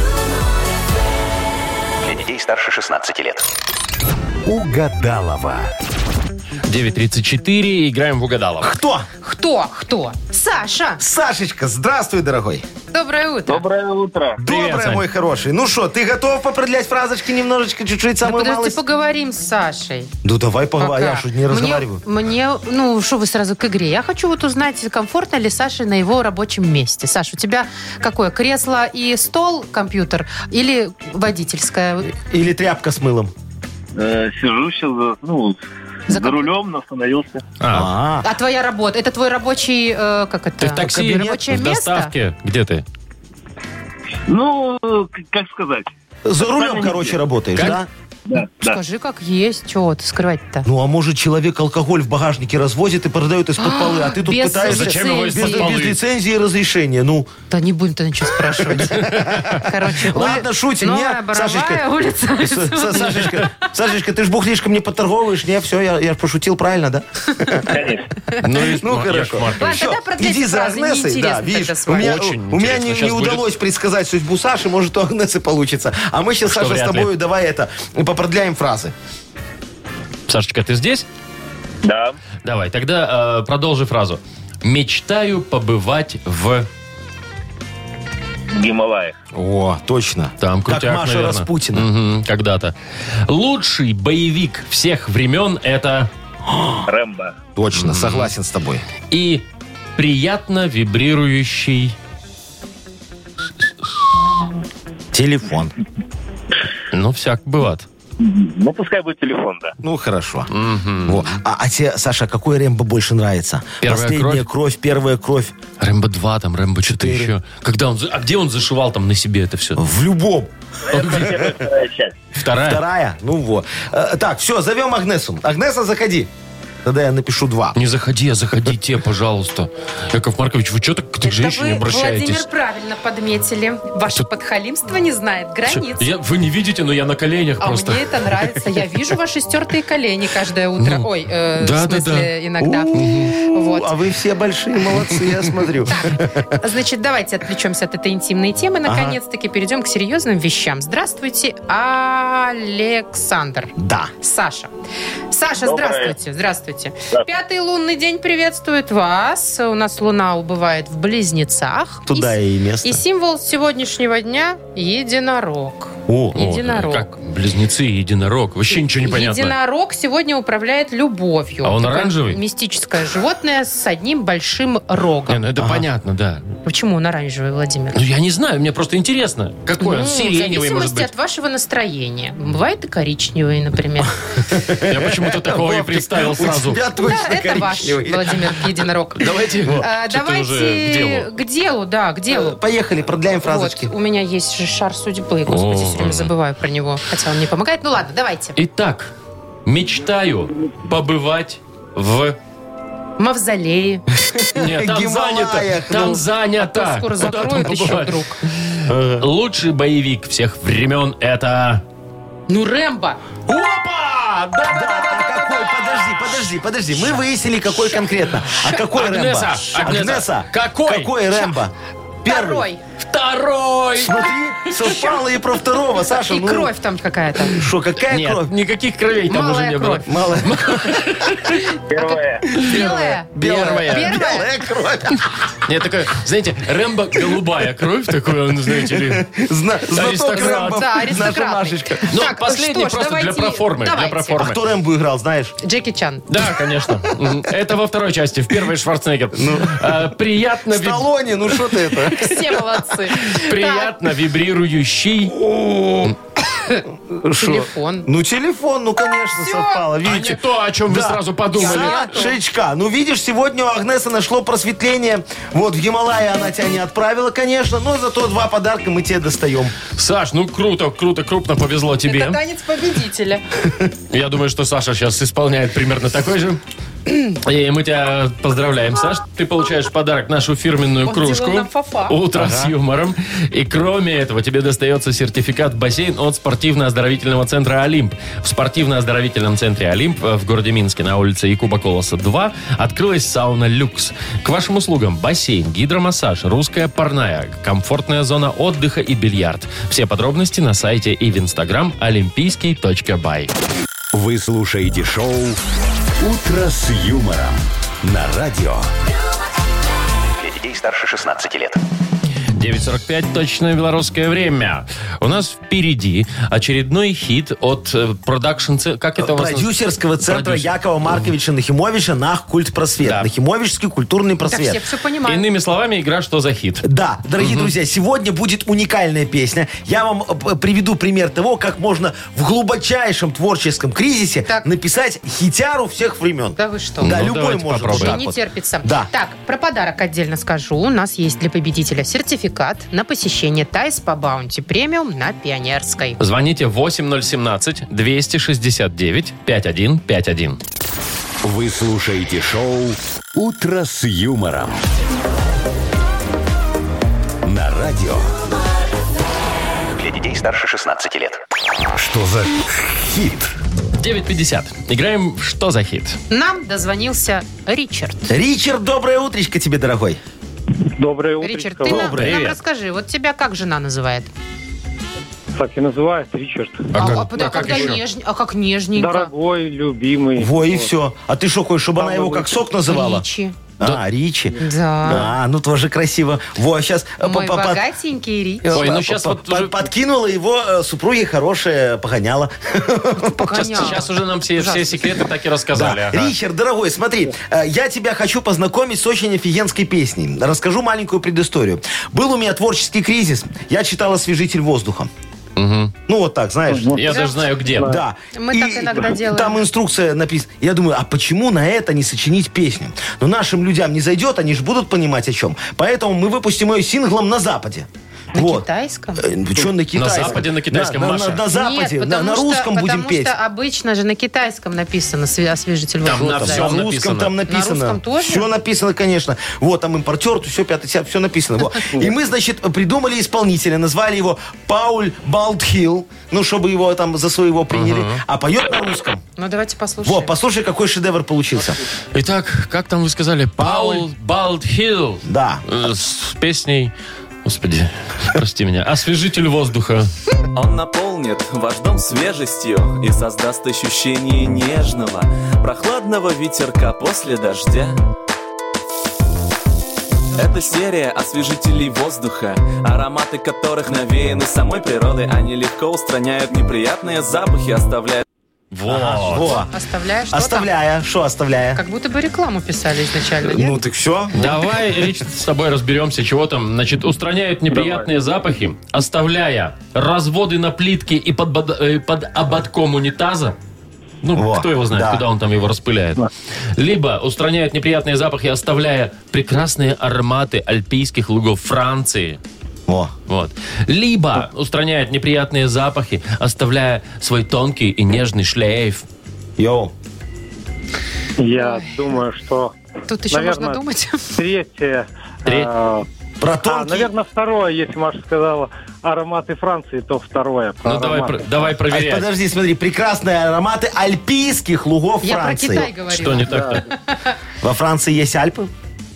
Для детей старше шестнадцати лет. Угадалова. девять тридцать четыре. Играем в Угадалово. Кто? Кто? Кто? Саша! Сашечка, здравствуй, дорогой. Доброе утро. Доброе утро. Привет, Доброе, Сань. мой хороший. Ну что, ты готов попродлять фразочки немножечко, чуть-чуть, Да самую подожди, малость? поговорим с Сашей. Ну давай поговорим, Пока. я что, не разговариваю. Мне, мне, ну, что вы сразу к игре? Я хочу вот узнать, комфортно ли Саше на его рабочем месте. Саш, у тебя какое? Кресло и стол, компьютер или водительское? Или тряпка с мылом. Э, сижу сейчас, ну, За за ком- рулем остановился. А, А, А твоя работа? Это твой рабочий, э, как это? ты в такси, Рабочее в место? доставке? Где ты? Ну, к- как сказать. за рулем, Официально короче, нет. работаешь, Как? да? Да, да. Скажи, как есть. Чего ты скрывать-то? Ну, а может, человек алкоголь в багажнике развозит и продает из-под полы, а ты тут без пытаешься... Зачем его лицензии. из-под без, полы? без лицензии и разрешения, ну. Да не будем ты ничего спрашивать. Короче, Ладно, ули- шутим, Новая не, Боровая Сашечка. улица. С- с- Сашечка, Сашечка, ты ж бухлишком не подторговываешь, не, все, я, я пошутил правильно, да? Конечно. Ну, и- Ну, Ма- хорошо. Яков Маркович. Ладно, Всё, тогда продляйте иди за фразы, Агнесой, неинтересно да, видишь, тогда с у вами. меня, Очень у меня интересно. не, Сейчас не будет- удалось предсказать судьбу Саши, может, у Агнесы получится. А мы сейчас, Что, Саша, с вряд ли. тобой давай это, попродляем фразы. Сашечка, ты здесь? Да. Давай, тогда э, продолжи фразу. Мечтаю побывать в... В Гималаях. О, точно. Там Как крутяк, Маша наверное. Распутина. Мгм, когда-то. Лучший боевик всех времен это... Рэмбо. Точно, согласен с тобой. И приятно вибрирующий... Телефон. Ну, всяк бывает. Ну, пускай будет телефон, да. Ну, хорошо. Во. А, а тебе, Саша, какой Рэмбо больше нравится? Первая Последняя кровь? кровь, первая кровь. Рэмбо два, там, Рэмбо что-то Четыре. еще. Когда он... за- А где он зашивал там на себе это все? В любом. Это первая, вторая часть. Вторая? Вторая. Ну вот. Э, так, все, зовем Агнесу. Агнеса, заходи. Тогда я напишу два. Не заходи, а заходите, пожалуйста. Яков Маркович, вы что так к Это женщине вы, обращаетесь? Владимир, правильно подметили. Ваше подхалимство не знает границ. Я- вы не видите, но я на коленях А просто. мне это нравится. Я вижу ваши стертые колени каждое утро. Ну, Ой, э, да, в да, смысле, иногда. У, Вот. А вы все большие молодцы, я смотрю. Значит, давайте отвлечемся от этой интимной темы. Наконец-таки перейдем к серьезным вещам. Здравствуйте, Александр. Да. Саша. Саша, Доброе. здравствуйте. Здравствуйте. Пятый лунный день приветствует вас. У нас луна убывает в Близнецах. Туда и место. И символ сегодняшнего дня – единорог. О, О, Единорог. Как близнецы и единорог. Вообще ничего не понятно. Единорог сегодня управляет любовью. А он Такое оранжевый? мистическое животное с одним большим Не, рогом. ну это понятно, да. Почему он оранжевый, Владимир? Ну я не знаю, мне просто интересно. Какой он? Ну, Сиреневый, в может зависимости быть. от вашего настроения. Бывает и коричневый, например. Я почему-то такого и представил У сразу. тебя Да, точно это ваш, коричневый. Владимир, единорог. Давайте, А, что-то уже к Давайте делу. к делу, да, к делу. Поехали, продляем фразочки. Вот, у меня есть же шар судьбы, господи, О, все время забываю про него, хотя он мне помогает. Ну ладно, давайте. Итак, мечтаю побывать в... Мавзолеи. Нет, там Гималаях, занято. ну. Там занято. Скоро Куда там закроют еще побывать? вдруг. Лучший боевик всех времен это... Ну, Рэмбо. Опа! Да, а какой? Подожди, подожди, подожди. Мы выяснили, какой конкретно. А какой Агнеса, Рэмбо? Агнеса. Какой? Какой Рэмбо? Первый. Второй. Второй! Смотри, совпало и про второго, Саша. И ну, кровь там какая-то. Что, какая Нет, кровь? никаких кровей там Малая уже не было. кровь. Малая. Первое. Белая. Первая. Первая. Белая кровь. Нет, такая, знаете, Рэмбо голубая кровь, такой он, знаете ли. Зна- Знаток Аристократ. Рэмбо. Да, Наша аристократный. Машечка. Ну, Так, последний что ж, просто для давайте- проформы. Для давайте. А проформы. кто Рэмбо играл, знаешь? Джеки Чан. Да, конечно. Мгм. Это во второй части. В первой Шварценеггер. А, Приятно, ви- Сталлоне, ну что ты это? Все молодцы. приятно вибрирующий. Шо? Телефон. Ну, телефон, ну, конечно, совпало. А не Видите? то, о чем вы Да. сразу подумали. Сашечка, ну видишь, сегодня у Агнесы нашло просветление. Вот в Гималайи она тебя не отправила, конечно, но зато два подарка мы тебе достаем. Саш, ну круто, круто, крупно повезло тебе. Это танец победителя. Я думаю, что Саша сейчас исполняет примерно такой же. И мы тебя поздравляем, Саш. Ты получаешь в подарок нашу фирменную Он сделал кружку нам фафа. «Утро с юмором». И кроме этого тебе достается сертификат в бассейн от спортивно-оздоровительного центра «Олимп». В спортивно-оздоровительном центре «Олимп» в городе Минске на улице Якуба Колоса два открылась сауна «Люкс». К вашим услугам бассейн, гидромассаж, русская парная, комфортная зона отдыха и бильярд. Все подробности на сайте и в инстаграм олимпийский точка бай. Вы слушаете шоу «Утро с юмором» на радио. Для детей старше шестнадцати лет. девять сорок пять, точное белорусское время. У нас впереди очередной хит от э, продакшн... ц- Как это у вас? Продюсерского центра Продюсер. Якова Марковича Нахимовича «Нах Культ Просвет». Да. Нахимовичский культурный Так все просвет. все понимают. Иными словами, игра «Что за хит?». Да, дорогие друзья, сегодня будет уникальная песня. Я вам э, приведу пример того, как можно в глубочайшем творческом кризисе Так. написать хитяру всех времен. Да вы что? Да, Ну, любой давайте может. попробуем. вот так Мне не вот. терпится. Да. Так, про подарок отдельно скажу. У нас есть для победителя сертификат на посещение Тайс по Баунти Премиум на Пионерской. Звоните восемь ноль семнадцать двести шестьдесят девять пятьдесят один пятьдесят один. Вы слушаете шоу «Утро с юмором» на радио. Для детей старше шестнадцати лет. Что за хит? девять пятьдесят. Играем в «Что за хит?». Нам дозвонился Ричард. Ричард, доброе утречко тебе, дорогой. Доброе утро. Ричард, ты нам, Доброе. нам Привет. расскажи, вот тебя как жена называет? Так и называют Ричард. А как- а, а да, как когда еще? неж- а как нежненько? Дорогой, любимый. Во, и Вот. все. А ты что, хочешь, чтобы она его как сок называла? Ричи. А, Ричи. Да. А, ну тоже красиво. Во, сейчас... Мой богатенький Ричи. Ой, ну щас вот уже- Подкинула его э, супруге хорошее, погоняла. Погоняла. Сейчас уже нам все, все Ужасно. секреты так и рассказали. Да. ага. Ричард, дорогой, смотри, э, я тебя хочу познакомить с очень офигенской песней. Расскажу маленькую предысторию. Был у меня творческий кризис. Я читал «Освежитель воздуха». Ну, вот так, знаешь. Я даже знаю, где. Да. Мы так иногда делаем. Там инструкция написана. Я думаю, а почему на это не сочинить песню? Но нашим людям не зайдет, они же будут понимать о чем. Поэтому мы выпустим ее синглом на Западе. На Вот. китайском? Что на китайском? Западе на китайском, на, Маша. На, на Западе, Нет, на, на потому русском что, будем потому петь. что обычно же на китайском написано све- освежитель Там воздуха. на Да. всем На русском написано. там написано. На русском тоже? Все написано, конечно. Вот, там импортер, все, пятый, десятый, все написано. Вот. И мы, значит, придумали исполнителя, назвали его Пауль Балдхилл, ну, чтобы его там за своего приняли, а поет на русском. Ну, давайте послушаем. Вот, послушай, какой шедевр получился. Итак, как там вы сказали? Паул Балдхилл. Да. Э, С песней... Господи, прости меня. Освежитель воздуха. Он наполнит ваш дом свежестью и создаст ощущение нежного, прохладного ветерка после дождя. Это серия освежителей воздуха, ароматы которых навеяны самой природой. Они легко устраняют неприятные запахи, оставляя... Вот. Во. Оставляешь что Оставляя, что оставляя? там? Как будто бы рекламу писали изначально, нет? Ну, так все. Давай, Рич, с тобой разберемся, чего там. Значит, устраняют неприятные запахи, оставляя разводы на плитке и под, бод- э, под ободком унитаза. Ну, Во, кто его знает, да. куда он там его распыляет. Либо устраняют неприятные запахи, оставляя прекрасные ароматы альпийских лугов Франции. Во. Вот. Либо устраняют неприятные запахи, оставляя свой тонкий и нежный шлейф. Йоу. Я думаю, что Тут еще наверное, можно думать. третье... Треть- а, Про а, тонкий... наверное, второе, если Маша сказала ароматы Франции, то второе. про Ну, давай, ароматы. про- давай А, проверять. подожди, смотри, прекрасные ароматы альпийских лугов Я про Франции. Китай говорила. Что не так-то? Во Франции есть Альпы?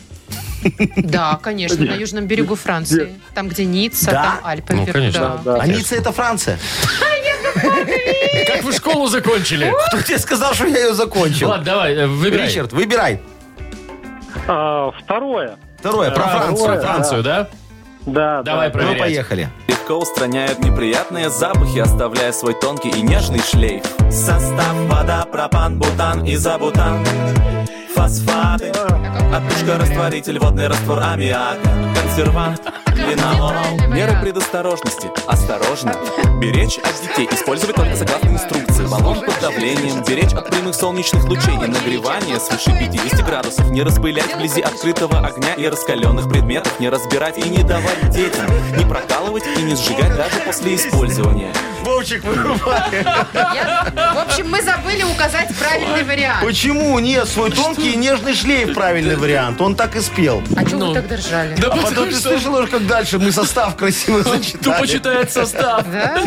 Да, конечно, на южном берегу Франции. Там, где Ницца, Да? там Альпы. Ну, вверх, конечно. да. Да. А Ницца это Франция. Как вы школу закончили? Кто тебе сказал, что я ее закончил? Ладно, давай, э, выбирай. Ричард, выбирай. А, второе. Второе, про Да, Францию. второе. Францию, да? Да, Давай да. Ну, проверять. поехали. Легко устраняют неприятные запахи, оставляя свой тонкий и нежный шлейф. Состав: вода, пропан, бутан, изобутан, фосфаты, отдушка, растворитель, водный раствор аммиака, консервант, линолол. Меры предосторожности: осторожно, беречь от детей, использовать только согласно инструкции. Баллон под давлением, беречь от прямых солнечных лучей и нагревания свыше пятидесяти градусов, не распылять вблизи открытого огня и раскаленных предметов, не разбирать и не давать детям, не прокалывать и не сжигать даже после использования. Вовчик, вырубай. Я- В общем, мы забыли указать правильный вариант. Почему? Нет, свой тонкий и нежный шлейф правильный вариант. Он так и спел. А что Ну. вы тогда ржали? Да А потом потому ты что слышала, как дальше мы состав красиво тупо зачитали. читает состав. Да?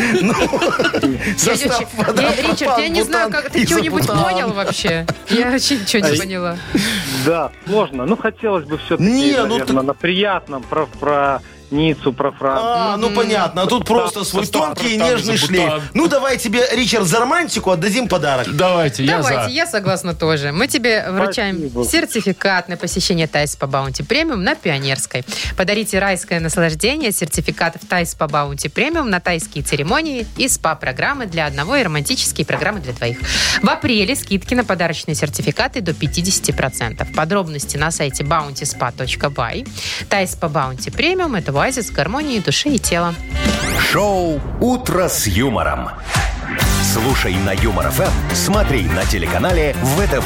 Состав Дядя, вода, я- Ричард, я пропан, не знаю, бутан, как ты что-нибудь изопутан. понял вообще? Я вообще ничего не Ай. поняла. Да, сложно. Ну, хотелось бы все-таки, Не, ну наверное, ты- на приятном, про, про Ниццу, про Францию. А, ну понятно. А тут просто свой состав, тонкий и там нежный изопутан. шлейф. Ну давай тебе, Ричард, за романтику отдадим подарок. Давайте, я Давайте, за. я согласна тоже. Мы тебе вручаем Спасибо. сертификат на посещение Тайс по Баунти Премиум на Пионерской. Подарите райское наслаждение, сертификат в Тайс по Баунти Премиум на тайские церемонии и СПА-программы для одного и романтические программы для двоих. В апреле скидки на подарочные сертификаты до пятьдесят процентов. Подробности на сайте баунти спа точка бай. Тайс по Баунти Премиум – это оазис гармонии души и тела. Шоу «Утро с юмором». Слушай на Юмор ФМ, смотри на телеканале ВТВ.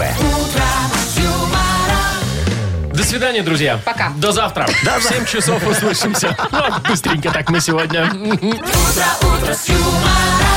До свидания, друзья. Пока. До завтра. В семь часов услышимся. Вот, быстренько так мы сегодня. Утро, утро с юмором.